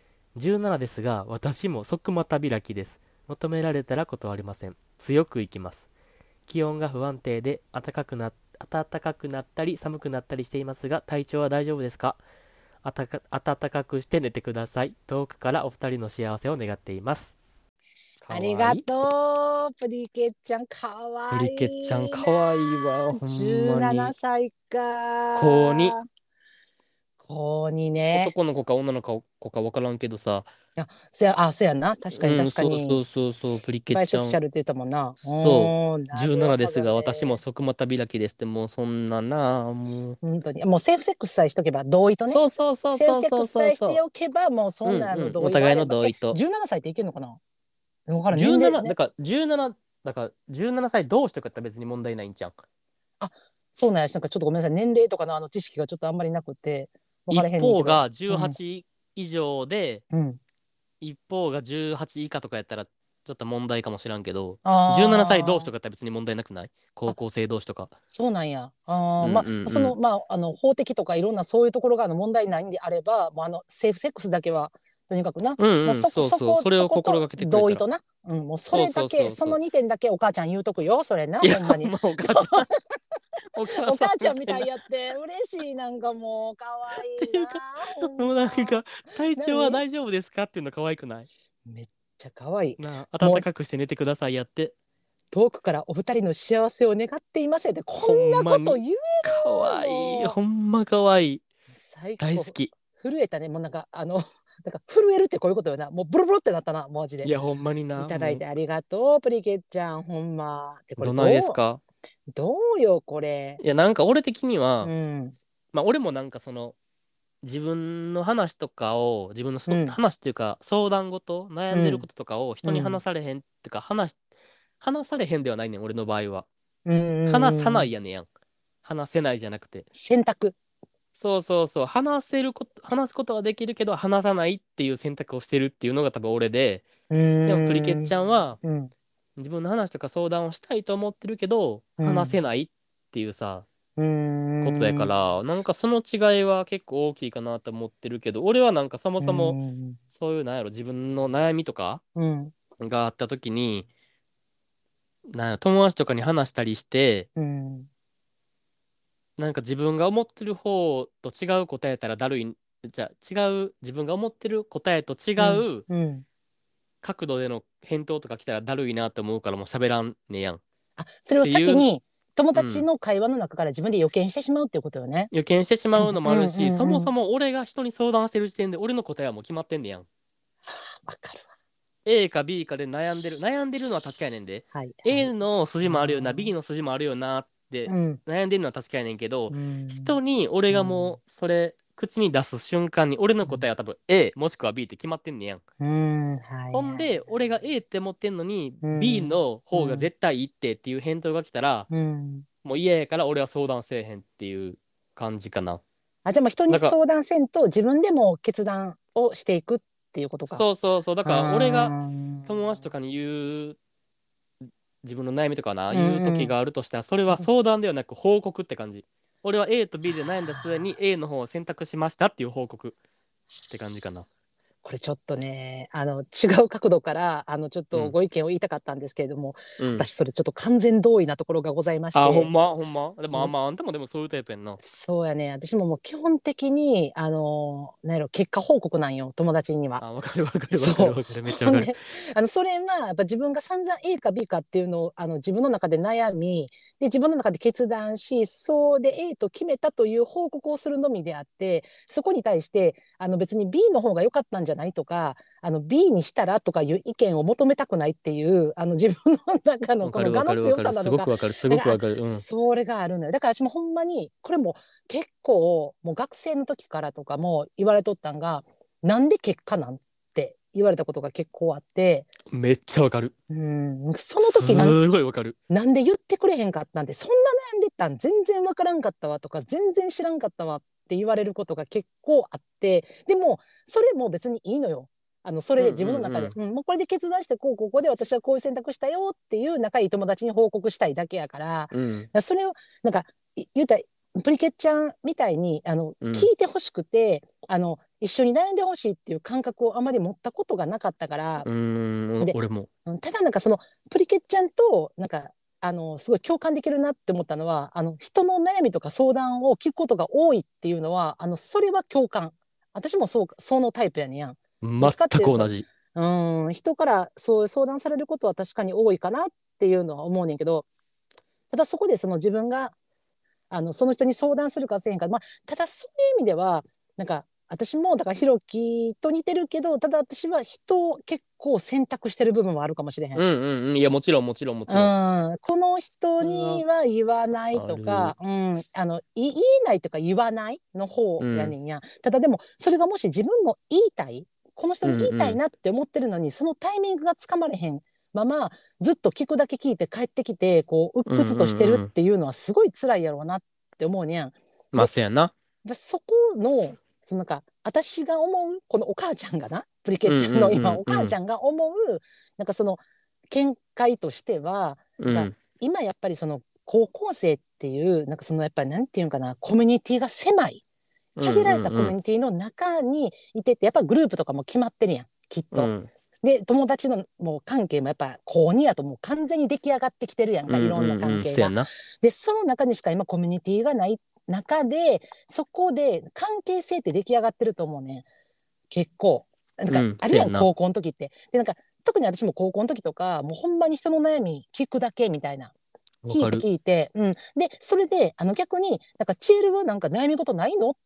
。17ですが、私も即股開きです。求められたら断りません。強くいきます。気温が不安定で暖かくなったり寒くなったりしていますが、体調は大丈夫ですか？暖かくして寝てください。遠くからお二人の幸せを願っています。かありがわいい。 とう。プリケちゃん、かわブリケッちゃんいいな。 かわいいわ、ほんま 17 に。 歳高2。 か。高にね。 男の子か女の子かわからんけどさ。 せやな。確かにうん、 確かに。 ブリケッバイちゃん。 セクシャルって言ったもんな。 そう。 なる 17でほどすが、私もね。 即股開きですって、もうそんななあ、もう。 本当に。もうセーフセックスさえしとけば、同意とね。 そうそうそうセーフそうそうセックスさえしてそうそおけば、もうう。うそんなのんうん。お互いの同意があれば。 同意と。 17歳っていけるのかな？わからん。年齢 17、 ね。 だから17歳同士とかやったら別に問題ないんちゃう。 あ、そうなんやし、なんかちょっとごめんなさい。年齢とかの知識がちょっとあんまりなくて、わか一れへんねんけど。 方がうん。 18以上で、 うん。 一方が18以下とかやったらちょっと問題かもしらんけど、17歳同士とあかやったら別に問題なくない？高あ。 校生同士とか。 そうなんや。 うんうんうん。 法的とかいろんなそういうところが問題ないんであれば、もうセーフセックスだけは、とにかくな、 うんうん、 もうそうそう。それそことを心がけてくれたら。 同意とな。うん、もうそそうそうれだけ、 そうそう。 その2点だけお母ちゃん言うとくよ、それな、 いや、 ほんまに。 まあ、おそ母ちゃん、お母さんお母ちみたいな。っゃんみたいやって、嬉しい、なんかもう、かわいいな、 ていうか、 ほもうなんんま。 か、体調は何？ 大丈夫ですかっていうの可愛くない？ めっちゃかわいい。 なあ、暖もうかくして寝てくださいやって。 遠くからお二人の幸せを願っていますって、こほんなんまに。 こと言え可る？ 愛い。 もほんま可愛い。 う、最高。 大好き。 震えたね。もうなんか、なんか震えるってこういうことよな。もうブルブルってなったな、マジで。 いや、ほんまにな。 いただいもてありがとう、プリケッちゃん、ほんま。で、 う、 これどないですか？ どうよ、これ。 いや、なんか俺的にうは、 ん、 まあ俺もなんかその、自分の話とかを、自分のうん、 話っていうか、相談事、悩んでるこうん、 ととかを人にうん、 話されへんってか、話されへんではないねん、俺の場合は。 うん、う話さん、うん。 ないやねんやん。話せないじゃなくて。 選択。 そうそうそう。話すことはできるけど、話さないっていう選択をしてるっていうのが多分俺で、 うでもプリケッん、 ちゃんは、 うん、 自分の話とか相談をしたいと思ってるけど、 うん、 話せないっていうさ、 うことやかん、 ら、なんかその違いは結構大きいかなと思ってるけど、俺はなんかそもうそも、 ん、 そういうなんやろ、自分の悩みとかうん、 があった時に、なんやろ友達とかに話したりして、 うん、 なんか自分が思ってる方と違う答えやったらだるい、じゃあ違う、自分が思ってる答えと違うん、 ううん。 角度での返答とか来たらだるいなと思うからもう喋らんねやん。っそれをていう、 先に友うん、 達の会話の中から自分で予見してしまうっていうことよね。 予見してしまうのもうん、 あるし、そもうん、うん。 そも俺が人に相談してる時点で俺の答えはもう決まってんねやん。 わかるわ。 A か B かで悩んでるのは確かやねんで。 はい、はい。 A の筋もあるよな、 あ B の筋もあるよなってうん、 悩んでるのは確かやねんけど、 うん、 人に俺がもうん、 うそれ口に出す瞬間に俺の答えは多分 A もしくは B って決まってんねやん。 うん、はい、はい。 ほんで、俺が A って思ってんのにう B ん、 の方がうん、 絶対いいっていう返答が来たら、 うん。 もう嫌やから俺は相談せえへんっていう感じかな。 じゃあもう人になんか、 相談せんと自分でも決断をしていくっていうことか。 そうそうそう。だうーから俺が友達とん。 かに自分の悩みとかな、 う言う時んがあるとしたら、それは相談ではなく報告って感じ。俺は A と B で悩んだ末に A の方を選択しましたっていう報告って感じかな。 これちょっとね、違う角度から、ちょっとご意見を言いたかったんですけれども、私それちょっと完全同意なところがございましほんて。 まほんま。でもそあんたもでもそういうタイプやんな。 そうやね。私ももう基本的に、なんやろ、結果報告なんよ、友達には。 わかるわかるわかそう。 るわかる。めっちゃわかる。 ほんで、それは、やっぱ自分が散々 A か B かっていうのを、自分の中で悩み、で、自分の中で決断し、そうで A と決めたという報告をするのみであって、そこに対して、別に B の方が良かったんじゃないとか、B にしたらとかいう意見を求めたくないっていう、自分の中のわかるこの我のわかるわかる。 強さなのか、 すごくわかる。すなんか、 ごくわかる。うん。 それがあるのよ。だから私もほんまに、これも結構、もう学生の時からとかも言われとったんが、なんで結果なんて言われたことが結構あって、 めっちゃわかる。 その時すごいわかる。 なんで言ってくれへんかったんで、そんな悩んでたん全然わからんかったわとか、全然知らんかったわって言われることが結構あって、でも、それも別にいいのよ。それで自分の中で、もうこれで決断して、ここで私はこういう選択したよっていう仲いい友達に報告したいだけやから、それを、なんか、言うたら、プリケッちゃんみたいに、聞いてほしくて、一緒に悩んでほしいっていう感覚をあまり持ったことがなかったから、で、 俺も。 ただなんかその、プリケッちゃんと、なんか、すごい共感できるなって思ったのは、人の悩みとか相談を聞くことが多いっていうのは、それは共感。私もそのタイプやねんやん。どっ全ちかっていうと、 く同じ。 人からそう相談されることは確かに多いかなっていうのは思うねんけど、ただそこでその自分がその人に相談するかせへんか、まあ、ただそういう意味ではなんか私もだからひろきと似てるけど、ただ私は人を結構選択してる部分はあるかもしれへん。 いや、もちろんもちろんもちろん。 この人それはには言わないある。 とか、言えないとか言わないの方やねんや。ただでもそれがもし自分も言いたい、この人に言いたいなって思ってるのに、そのタイミングがつかまれへんままずっと聞くだけ聞いて帰ってきてこう鬱屈としてるっていうのはすごい辛いやろうなって思うねん。 まあ、 で、 せやな。 そこのなんか私が思うこのお母ちゃんがな、プリケッチャーの今お母ちゃんが思うなんかその見解としては、なんか今やっぱりその高校生っていうなんかそのやっぱりなんていうかな、コミュニティが狭い、限られたコミュニティの中にいてて、やっぱグループとかも決まってるやんきっと。で友達のもう関係もやっぱ高2やともう完全に出来上がってきてるやんか、いろんな関係が。でその中にしか今コミュニティがない中で、そこで関係性って出来上がってると思うね、結構。なんかあるやん、高校の時って。でなんか特に私も高校の時とかもうほんまに人の悩み聞くだけみたいな、聞いて、でそれで逆になんかチエルはなんか悩み事ないのって、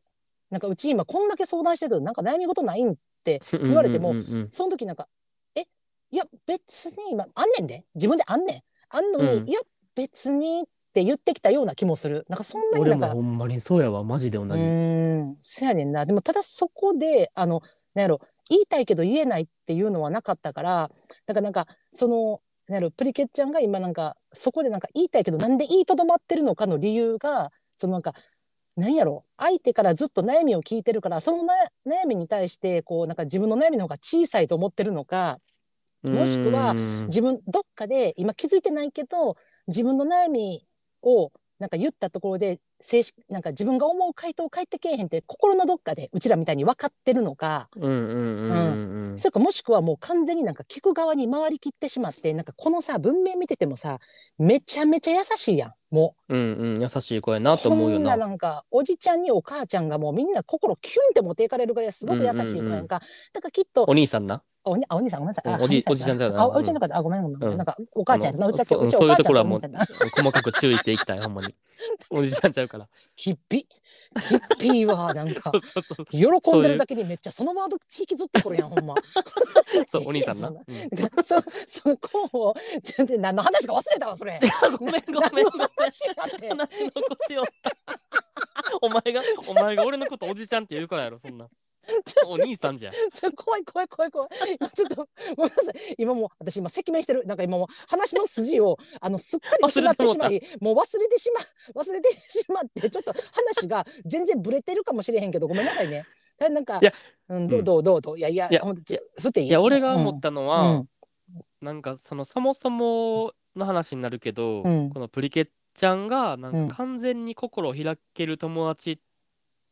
なんかうち今こんだけ相談してるけどなんか悩み事ないんって言われても、その時なんかいや別に今あんねんで、自分であんねん、あんのに、いや別にって言ってきたような気もする。なんかそんなになんか俺もほんまにそうやわ、マジで同じ。 そやねんな。でもただそこでなんやろ、言いたいけど言えないっていうのはなかったから、だからなんかそのなんやろ、プリケッちゃんが今なんかそこでなんか言いたいけどなんで言いとどまってるのかの理由が、そのなんかなんやろ、相手からずっと悩みを聞いてるから、その悩みに対してこうなんか自分の悩みの方が小さいと思ってるのか、もしくは自分どっかで今気づいてないけど自分の悩みをなんか言ったところで正式なんか自分が思う回答返ってけえへんって心のどっかでうちらみたいに分かってるのか、それかもしくはもう完全になんか聞く側に回りきってしまって、なんかこのさ文面見ててもさめちゃめちゃ優しいやんもう。 優しい子やなと思うよな。 こんななんかおじちゃんにお母ちゃんがもうみんな心キュンって持っていかれるぐらいすごく優しい子やんか。だからきっとお兄さんな。 お兄さんごめんなさい。 おじちゃんじゃな。 おじちゃんの方、ごめんごめん。なんかお母ちゃんやな。うちそういうお母ちゃんところはもうとお兄さんな。 細かく注意していきたい、ほんまに。おじちゃんちゃうから。 きっぴはなんか喜んでるだけにめっちゃそのワード引きずってくるやんほんま。 そうお兄さんな。 その子をちょっと何の話か忘れたわそれ。 ごめん話の腰折った。お前が俺のことおじちゃんって言うからやろそんな。お兄さんじゃん。 怖い。ちょっとごめんなさい。今もう私今赤面してる。なんか今もう話の筋をすっかり失ってしまい、もう忘れてしまってちょっと話が全然ブレてるかもしれへんけどごめんなさいね。なんかどういやほんとふていい。 いや俺が思ったのは、なんかそもそもの話になるけど、このプリケちゃんがなんか完全に心を開ける友達っ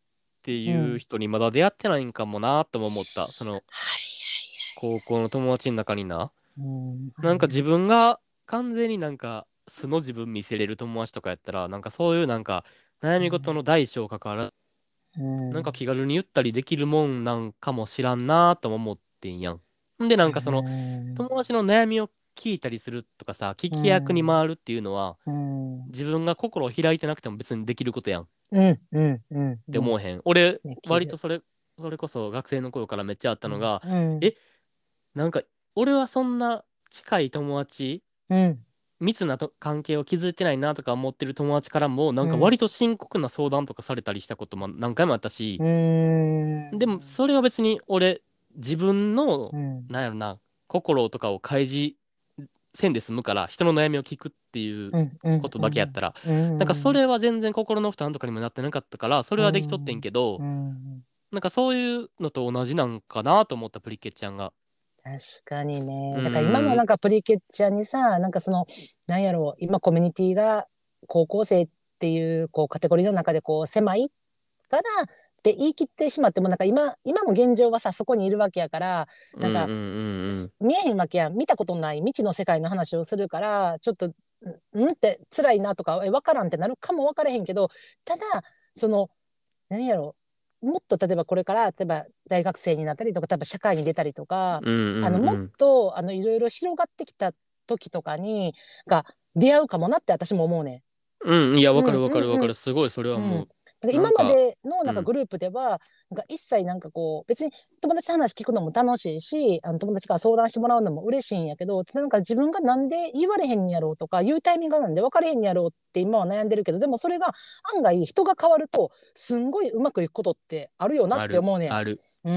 っていう人にまだ出会ってないんかもなとも思った。その高校の友達の中にな、なんか自分が完全になんか素の自分見せれる友達とかやったら、なんかそういうなんか悩み事の大小関わらず、なんか気軽に言ったりできるもんなんかもしらんなとも思ってんやん。んでなんかその友達の悩みを聞いたりするとかさ、聞き役に回るっていうのは、自分が心を開いてなくても別にできることやんって思わへん。俺、割とそれこそ学生の頃からめっちゃあったのが、なんか俺はそんな近い友達、密な関係を築いてないなとか思ってる友達からも、なんか割と深刻な相談とかされたりしたことも何回もあったし、でもそれは別に俺、自分の、なんやろな、心とかを開示せんで済むから、人の悩みを聞くっていうことだけやったら、なんかそれは全然心の負担とかにもなってなかったから、それはできとってんけど、なんかそういうのと同じなんかなと思った、プリケちゃんが。 確かにね。だから今のなんかプリケちゃんにさ、なんかその、なんやろう、今コミュニティが高校生っていうこうカテゴリーの中でこう狭いからって言い切ってしまっても、なんか今の現状はさ、そこにいるわけやから、なんか、見えへんわけやん。見たことない未知の世界の話をするから、ちょっと、って辛いなとか、わからんってなるかもわからへんけど、ただ、その、何やろもっと例えばこれから例えば大学生になったりとか例えば社会に出たりとか、もっといろいろ広がってきた時とかにが出会うかもなって私も思うね。 いや、わかるわかるわかる。すごいそれはもう。 だから今までのなんかグループでは、なんか一切なんかこう別に友達の話聞くのも楽しいし、友達から相談してもらうのも嬉しいんやけど、なんか自分がなんで言われへんやろうとか言うタイミングがなんで分かれへんやろうって今は悩んでるけど、でもそれが案外人が変わるとすんごいうまくいくことってあるよなって思うねん。 ある。 うん。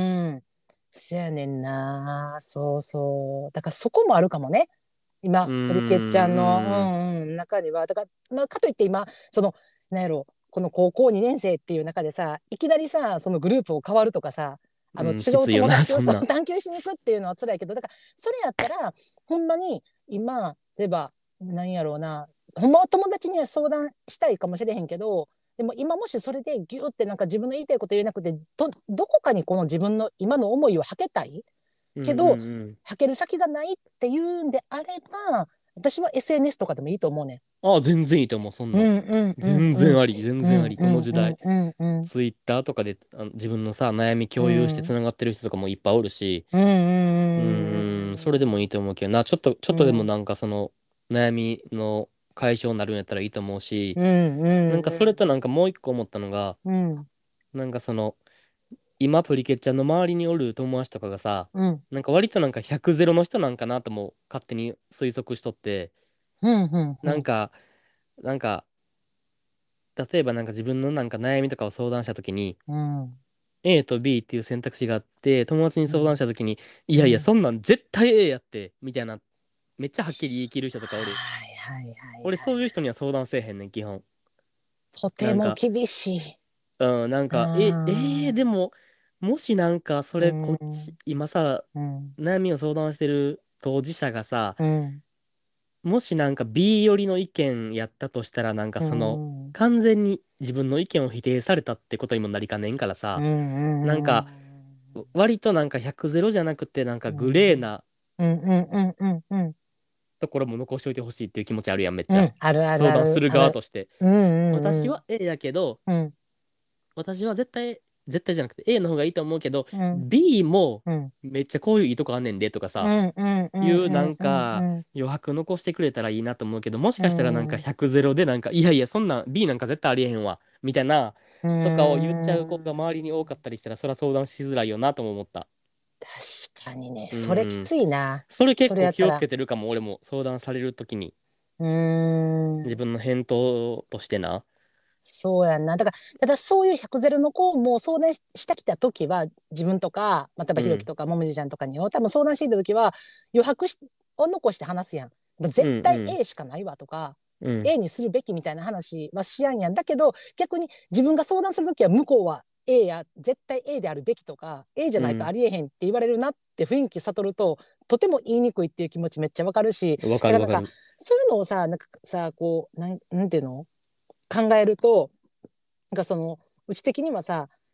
せやねんな。そうそう。だからそこもあるかもね。今、リケちゃんの、中には。だから、まあ、かといって今、その、なんやろ、この高校2年生っていう中でさ、いきなりさ、そのグループを変わるとかさ、違う友達をさ、探求しに行くっていうのは辛いけど、だから、それやったら、ほんまに今、例えば、なんやろうな、ほんまは友達には相談したいかもしれへんけど、でも今もしそれでギューってなんか自分の言いたいこと言えなくて、どこかにこの自分の今の思いをはけたいけど、はける先がないっていうんであれば、私は SNS とかでもいいと思うね。 ああ、全然いいと思う、そんな。全然あり、全然あり、この時代。ツイッターとかで自分のさ、悩み共有してつながってる人とかもいっぱいおるし、それでもいいと思うけどな、ちょっとでもなんかその悩みの解消になるんやったらいいと思うし、なんかそれとなんかもう一個思ったのが、なんかその、今プリケッチャーの周りにおる友達とかがさ、なんか割となんか100ゼロの人なんかなとも勝手に推測しとって、なんか、なんか、例えばなんか自分のなんか悩みとかを相談したときに、A と B っていう選択肢があって、友達に相談したときに、いやいや、そんなん絶対 A やって、みたいな、めっちゃはっきり言い切る人とかおる。俺そういう人には相談せえへんねん、基本。 とても厳しい。 なんか、でも、もしなんか、それ、こっち、今さ、悩みを相談してる当事者がさ、もしなんか B 寄りの意見やったとしたら、なんかその、完全に自分の意見を否定されたってことにもなりかねんからさ、なんか、割となんか100ゼロじゃなくて、なんかグレーなところも残しておいてほしいっていう気持ちあるやん、めっちゃ。相談する側として。私は A やけど、私は絶対じゃなくて A の方がいいと思うけど、B もめっちゃこういういいとこあんねんでとかさ、いうなんか余白残してくれたらいいなと思うけど、もしかしたらなんか100ゼロでなんか、いやいや、そんな B なんか絶対ありえへんわ、みたいな、とかを言っちゃう子が周りに多かったりしたら、それは相談しづらいよなとも思った。 確かにね、それきついな。 それ結構気をつけてるかも、俺も相談されるときに。自分の返答としてな。 そうやんな。だから、ただそういう100ゼロの子も相談してきたときは、自分とか、またばひろきとか、もみじちゃんとかに多分相談していたときは、余白を残して話すやん。絶対 A しかないわとか、A にするべきみたいな話はしやんやん。だけど、逆に自分が相談するときは、向こうは A や、絶対 A であるべきとか、A じゃないとありえへんって言われるなって雰囲気悟ると、とても言いにくいっていう気持ちめっちゃわかるし、 わかるわかる。 そういうのをさ、なんかさ、こう、なんていうの考えると、なんかその、うち的にはさ、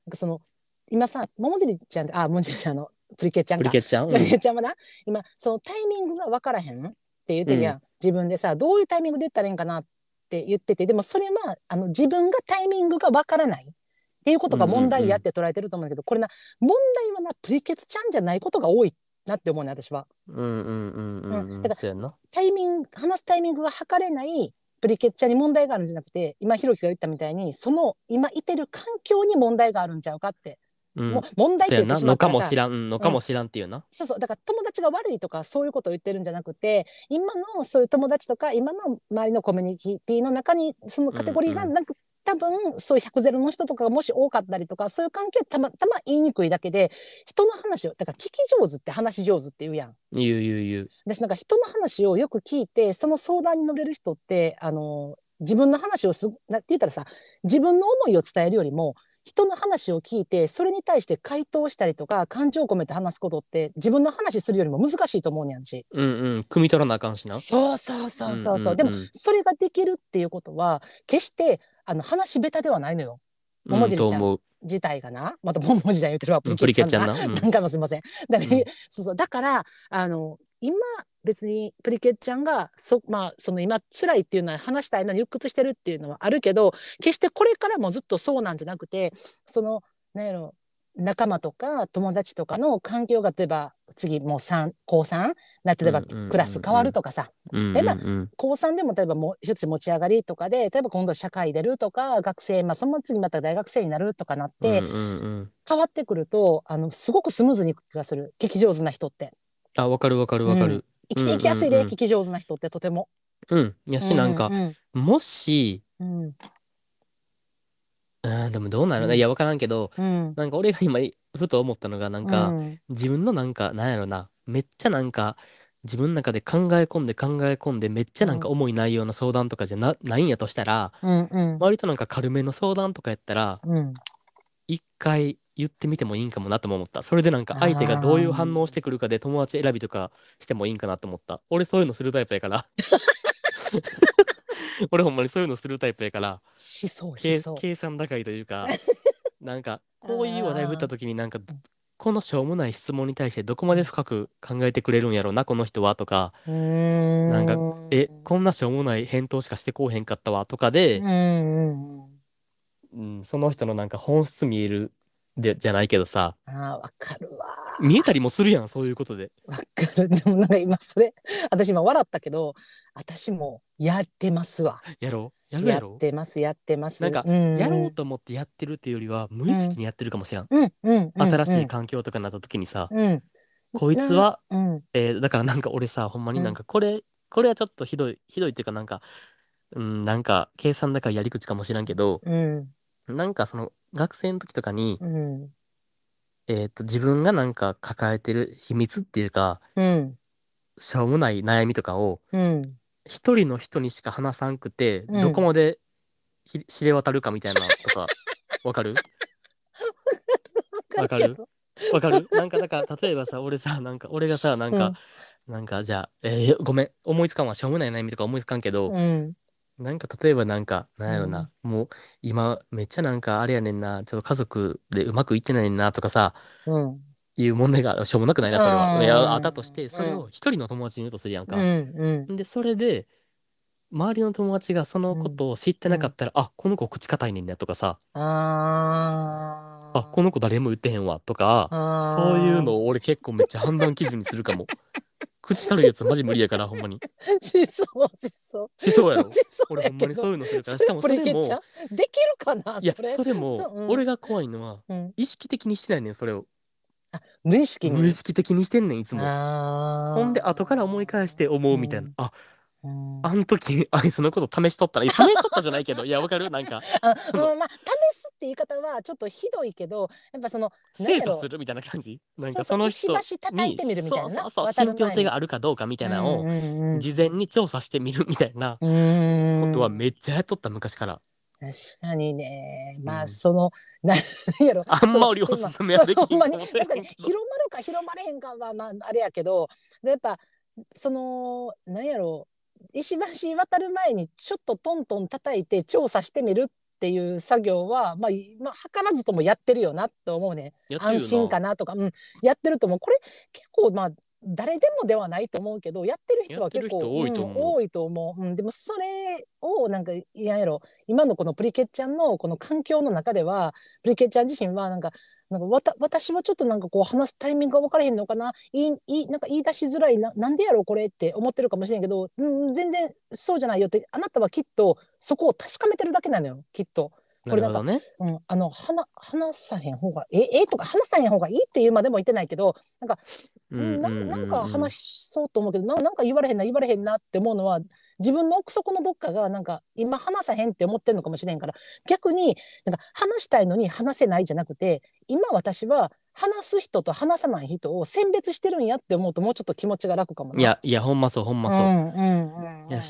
かその今さ桃尻ちゃん桃尻ちゃんプリケちゃんかプリケちゃん、 プリケちゃんはな今そのタイミングが分からへんって言ってるやん、自分でさどういうタイミングで言ったらいいんかなって言ってて、でもそれは自分がタイミングが分からないっていうことが問題やって捉えてると思うんだけど、これな問題はなプリケツちゃんじゃないことが多いなって思うね私は。だからタイミング話すタイミングが測れないプリケツちゃんに問題があるんじゃなくて、今ひろきが言ったみたいにその今いてる環境に問題があるんちゃうかって。もう問題って言ってしまったらさ、 のかもしらんのかもしらんっていうな、 そうそう、だから友達が悪いとかそういうことを言ってるんじゃなくて、今のそういう友達とか今の周りのコミュニティの中にそのカテゴリーがなく、多分そういう100ゼロの人とかがもし多かったりとか、そういう環境たま言いにくいだけで、人の話をだから聞き上手って話上手って言うやん。 言う。 私なんか人の話をよく聞いてその相談に乗れる人って自分の話をなんて言ったらさ、自分の思いを伝えるよりも人の話を聞いてそれに対して回答したりとか感情を込めて話すことって自分の話するよりも難しいと思うねんし。 汲み取らなあかんしな。 そうそうそうそうそう、でもそれができるっていうことは決して話下手ではないのよ。桃尻ちゃん自体がな、また桃尻ちゃん言ってるわ、プリケちゃんな、何回もすいません。だから今別にプリケちゃんがその今辛いっていうのは話したいのに鬱屈してるっていうのはあるけど、決してこれからもずっとそうなんじゃなくて、その何やろ仲間とか友達とかの環境が例えば次もう高3な例えばクラス変わるとかさ、高3でも例えばもう一つ持ち上がりとかで例えば今度社会出るとか学生、その次また大学生になるとかなって、変わってくるとすごくスムーズにいく気がする、聞き上手な人って。 わかる。 生きていきやすいで、聞き上手な人ってとても。 やしなんか、もしでもどうなる、いや分からんけど、なんか俺が今ふと思ったのがなんか、自分のなんかなんやろな、めっちゃなんか自分の中で考え込んでめっちゃなんか重い内容の相談とかじゃないんやとしたら、割となんか軽めの相談とかやったら、一回言ってみてもいいんかもなとも思った。それでなんか相手がどういう反応してくるかで友達選びとかしてもいいんかなと思った。俺そういうのするタイプやから俺ほんまにそういうのするタイプやから計算高いというかなんかこういう話題振った時になんかこのしょうもない質問に対してどこまで深く考えてくれるんやろうなこの人はとか、なんかこんなしょうもない返答しかしてこうへんかったわとかで、その人のなんか本質見えるじゃないけどさ、 わかるわ。 見えたりもするやん、そういうことで。 わかる。でもなんか今それ私今笑ったけど、私もやってますわ。 やろうやってます。 なんか、やろうと思ってやってるっていうよりは無意識にやってるかもしれん。新しい環境とかになった時にさ、こいつは、だからなんか俺さ、ほんまになんかこれはちょっとひどいっていうかなんか、なんか計算高いやり口かもしれんけど、なんかその学生の時とかに、自分がなんか抱えてる秘密っていうか、しょうもない悩みとかを、一人の人にしか話さんくて、どこまで知れ渡るかみたいなとか、わかるわかるなんかだから例えばさ、俺さ、なんか俺がさ、なんかじゃあ、ごめん、思いつかんわ、しょうもない悩みとか思いつかんけど、なんか例えばなんか、なんやろな、もう今めっちゃなんかあれやねんな、ちょっと家族でうまくいってないねんなとかさ、いう問題がしょうもなくないな、それは。いや、あったとして、それを一人の友達に言うとするやんか。で、それで、周りの友達がそのことを知ってなかったら、あ、この子口堅いねんねとかさ、あ、この子誰も言ってへんわとか、そういうのを俺結構めっちゃ判断基準にするかも。口軽いやつマジ無理やから、ほんまに。しそうやろ。俺ほんまにそういうのするから。しかもそれも、できるかな。 いや、それも、俺が怖いのは、意識的にしてないねん、それを。 無意識的にしてんねん、いつも。ほんで、後から思い返して思うみたいな。あの時、あいつのこと試しとったら、試しとったじゃないけど、いや、わかるなんか。 試すって言い方はちょっとひどいけど、やっぱその、 精査するみたいな感じなんかその人に、信憑性があるかどうかみたいなのを、事前に調査してみるみたいなことはめっちゃやっとった、昔から。 確かにね。その、なんやろ。 あんまりおすすめはできんかもしれんけど。 確かに、広まるか広まれへんかは、あれやけど、やっぱ、その、なんやろ。石橋渡る前にちょっとトントン叩いて調査してみるっっていう作業は、まあ、図らずともやってるよなと思うね。安心かなとか、やってると思う。これ結構誰でもではないと思うけど、やってる人は結構多いと思う、 多いと思う。でもそれをやろ、今のこのプリケッちゃんのこの環境の中では、プリケッちゃん自身は私はちょっとこう話すタイミングが分からへんのかな、言い出しづらいなんでやろこれって思ってるかもしれんけど、全然そうじゃないよって、あなたはきっとそこを確かめてるだけなのよ、きっと。これね、 話さへん方がとか話さへん方がいいっていうまでも言ってないけど、なんか話そうと思うけど、なんか言われへんなって思うのは、自分の奥底のどっかが今話さへんって思ってんのかもしれんから、逆に話したいのに話せないじゃなくて、今私は話す人と話さない人を選別してるんやって思うと、もうちょっと気持ちが楽かもな。 いやほんまそうほんまそう。やし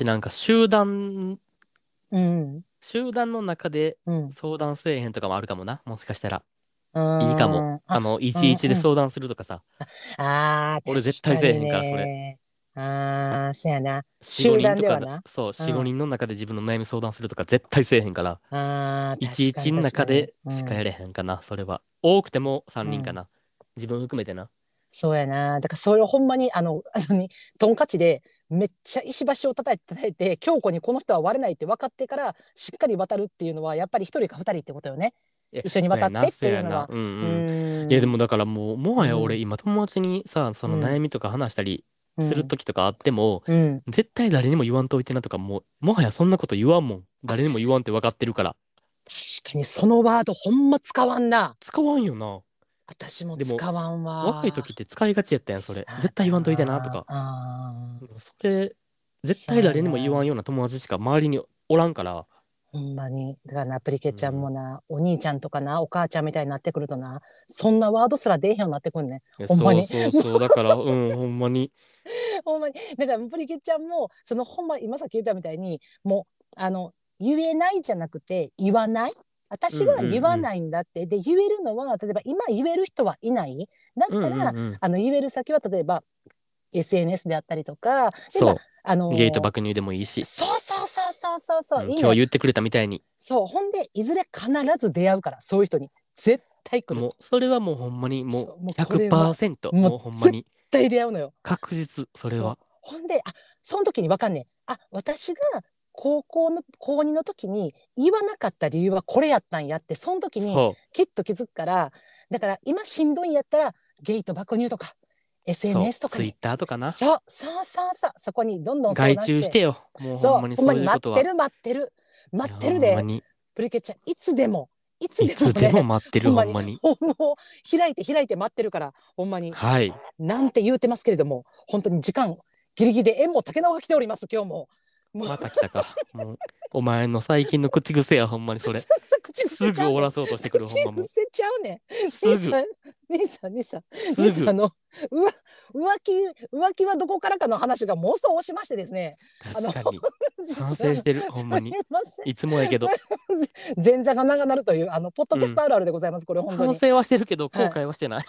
集団の中で相談せえへんとかもあるかもな、もしかしたら。いいかも。11で相談するとかさ。俺絶対せえへんから、それ。 そうやな。 4、 集 5人とか団ではな。 そう、4、5人の中で自分の悩み相談するとか絶対せえへんから、11の中でしかやれへんかな、それは。多くても3人かな。自分含めてな。 そうやな。だからそれをほんまにトンカチでめっちゃ石橋を叩いて強固にこの人は割れないって分かってからしっかり渡るっていうのは、やっぱり一人か二人ってことよね。一緒に渡ってっていうのは。 いやでもだからもはや俺今友達にさ、その悩みとか話したりする時とかあっても、絶対誰にも言わんといてなとか、もはやそんなこと言わんもん。誰にも言わんって分かってるから。 確かにそのワードほんま使わんな。 使わんよな。 私も使わんわ。 若い時って使いがちやったやん、それ。絶対言わんといてなとか。それ、絶対誰にも言わんような友達しか周りにおらんから。 ほんまに。だからな、プリケちゃんもな、お兄ちゃんとかな、お母ちゃんみたいになってくるとな、そんなワードすら出えへんようになってくるね。ほんまに。 そう、だから、ほんまに。 ほんまに。だからプリケちゃんも、ほんま、今さっき言ったみたいに、もう、言えないじゃなくて、言わない。私は言わないんだって。で、言えるのは、例えば今言える人はいない。だったら、言える先は、例えば、SNS であったりとか、 そう。ゲート爆乳でもいいし。 そう。 今日言ってくれたみたいに。 そう。ほんで、いずれ必ず出会うから、そういう人に。絶対来る。 もう、それはもうほんまに、もう 100%。もうほんまに。 絶対出会うのよ。 確実、それは。 ほんで、その時に分かんねえ。私が高2の時に言わなかった理由はこれやったんやって、その時にきっと気づくから、だから今しんどいんやったら、ゲイと爆乳とか、SNS とかに。 ツイッターとかな。 そう。そこにどんどん相談して。 外注してよ。もうほんまにそういうことは。 待ってるで。プリケちゃん、いつでも待ってる、ほんまに。 もう開いて待ってるから、ほんまに。 はい。 なんて言うてますけれども、本当に時間ギリギリで縁も竹縄が来ております、今日も。 また来たか。もうお前の最近の口癖や、ほんまにそれ。すぐ終わらそうとしてくる、ほんまもう。 口癖ちゃうねん。 すぐ。 兄さん、浮気はどこからかの話が妄想をしましてですね。 確かに。反省してる、ほんまに。いつもやけど。 前座が長なるという、ポッドキャストあるあるでございます、これ、本当に。 反省はしてるけど、後悔はしてない。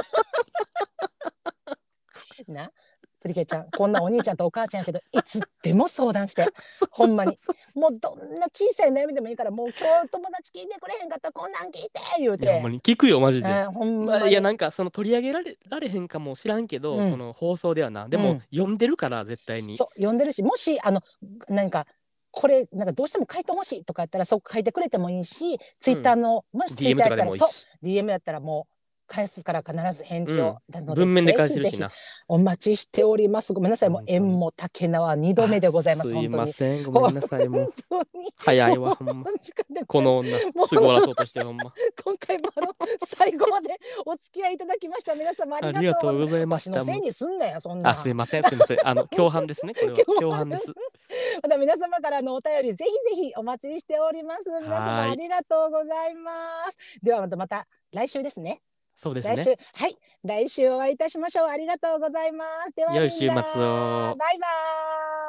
な。プリケちゃん、こんなお兄ちゃんとお母ちゃんやけど、いつでも相談して。ほんまに。もうどんな小さい悩みでもいいから、もう今日友達聞いてくれへんかったらこんなん聞いて言うて。 ほんまに聞くよ、マジで。 ほんまに。 いや、なんかその取り上げられへんかも知らんけど、この放送ではな。でも、読んでるから、絶対に。 そう、読んでるし、もし、なんか、これ、どうしても書いてほしいとかやったら、そう書いてくれてもいいし、ツイッターの、もしツイッターやったら、そう、DM やったらもう、返すから必ず返事を。 文面で返せるしな。 お待ちしております。ごめんなさい。もう縁も竹縄2度目でございます。 すいません。ごめんなさい。もう。早いわ。ほんま。この女、すぐ終わらそうとしてほんま。 今回も最後までお付き合いいただきました。皆様ありがとうございました。わしのせいにすんなよ、そんな。 すいません。共犯ですね。これは共犯です。 また皆様からのお便りぜひお待ちしております。皆様ありがとうございます。ではまた来週ですね。 そうですね。 来週お会いいたしましょう。ありがとうございます。では良い週末を。 バイバーイ。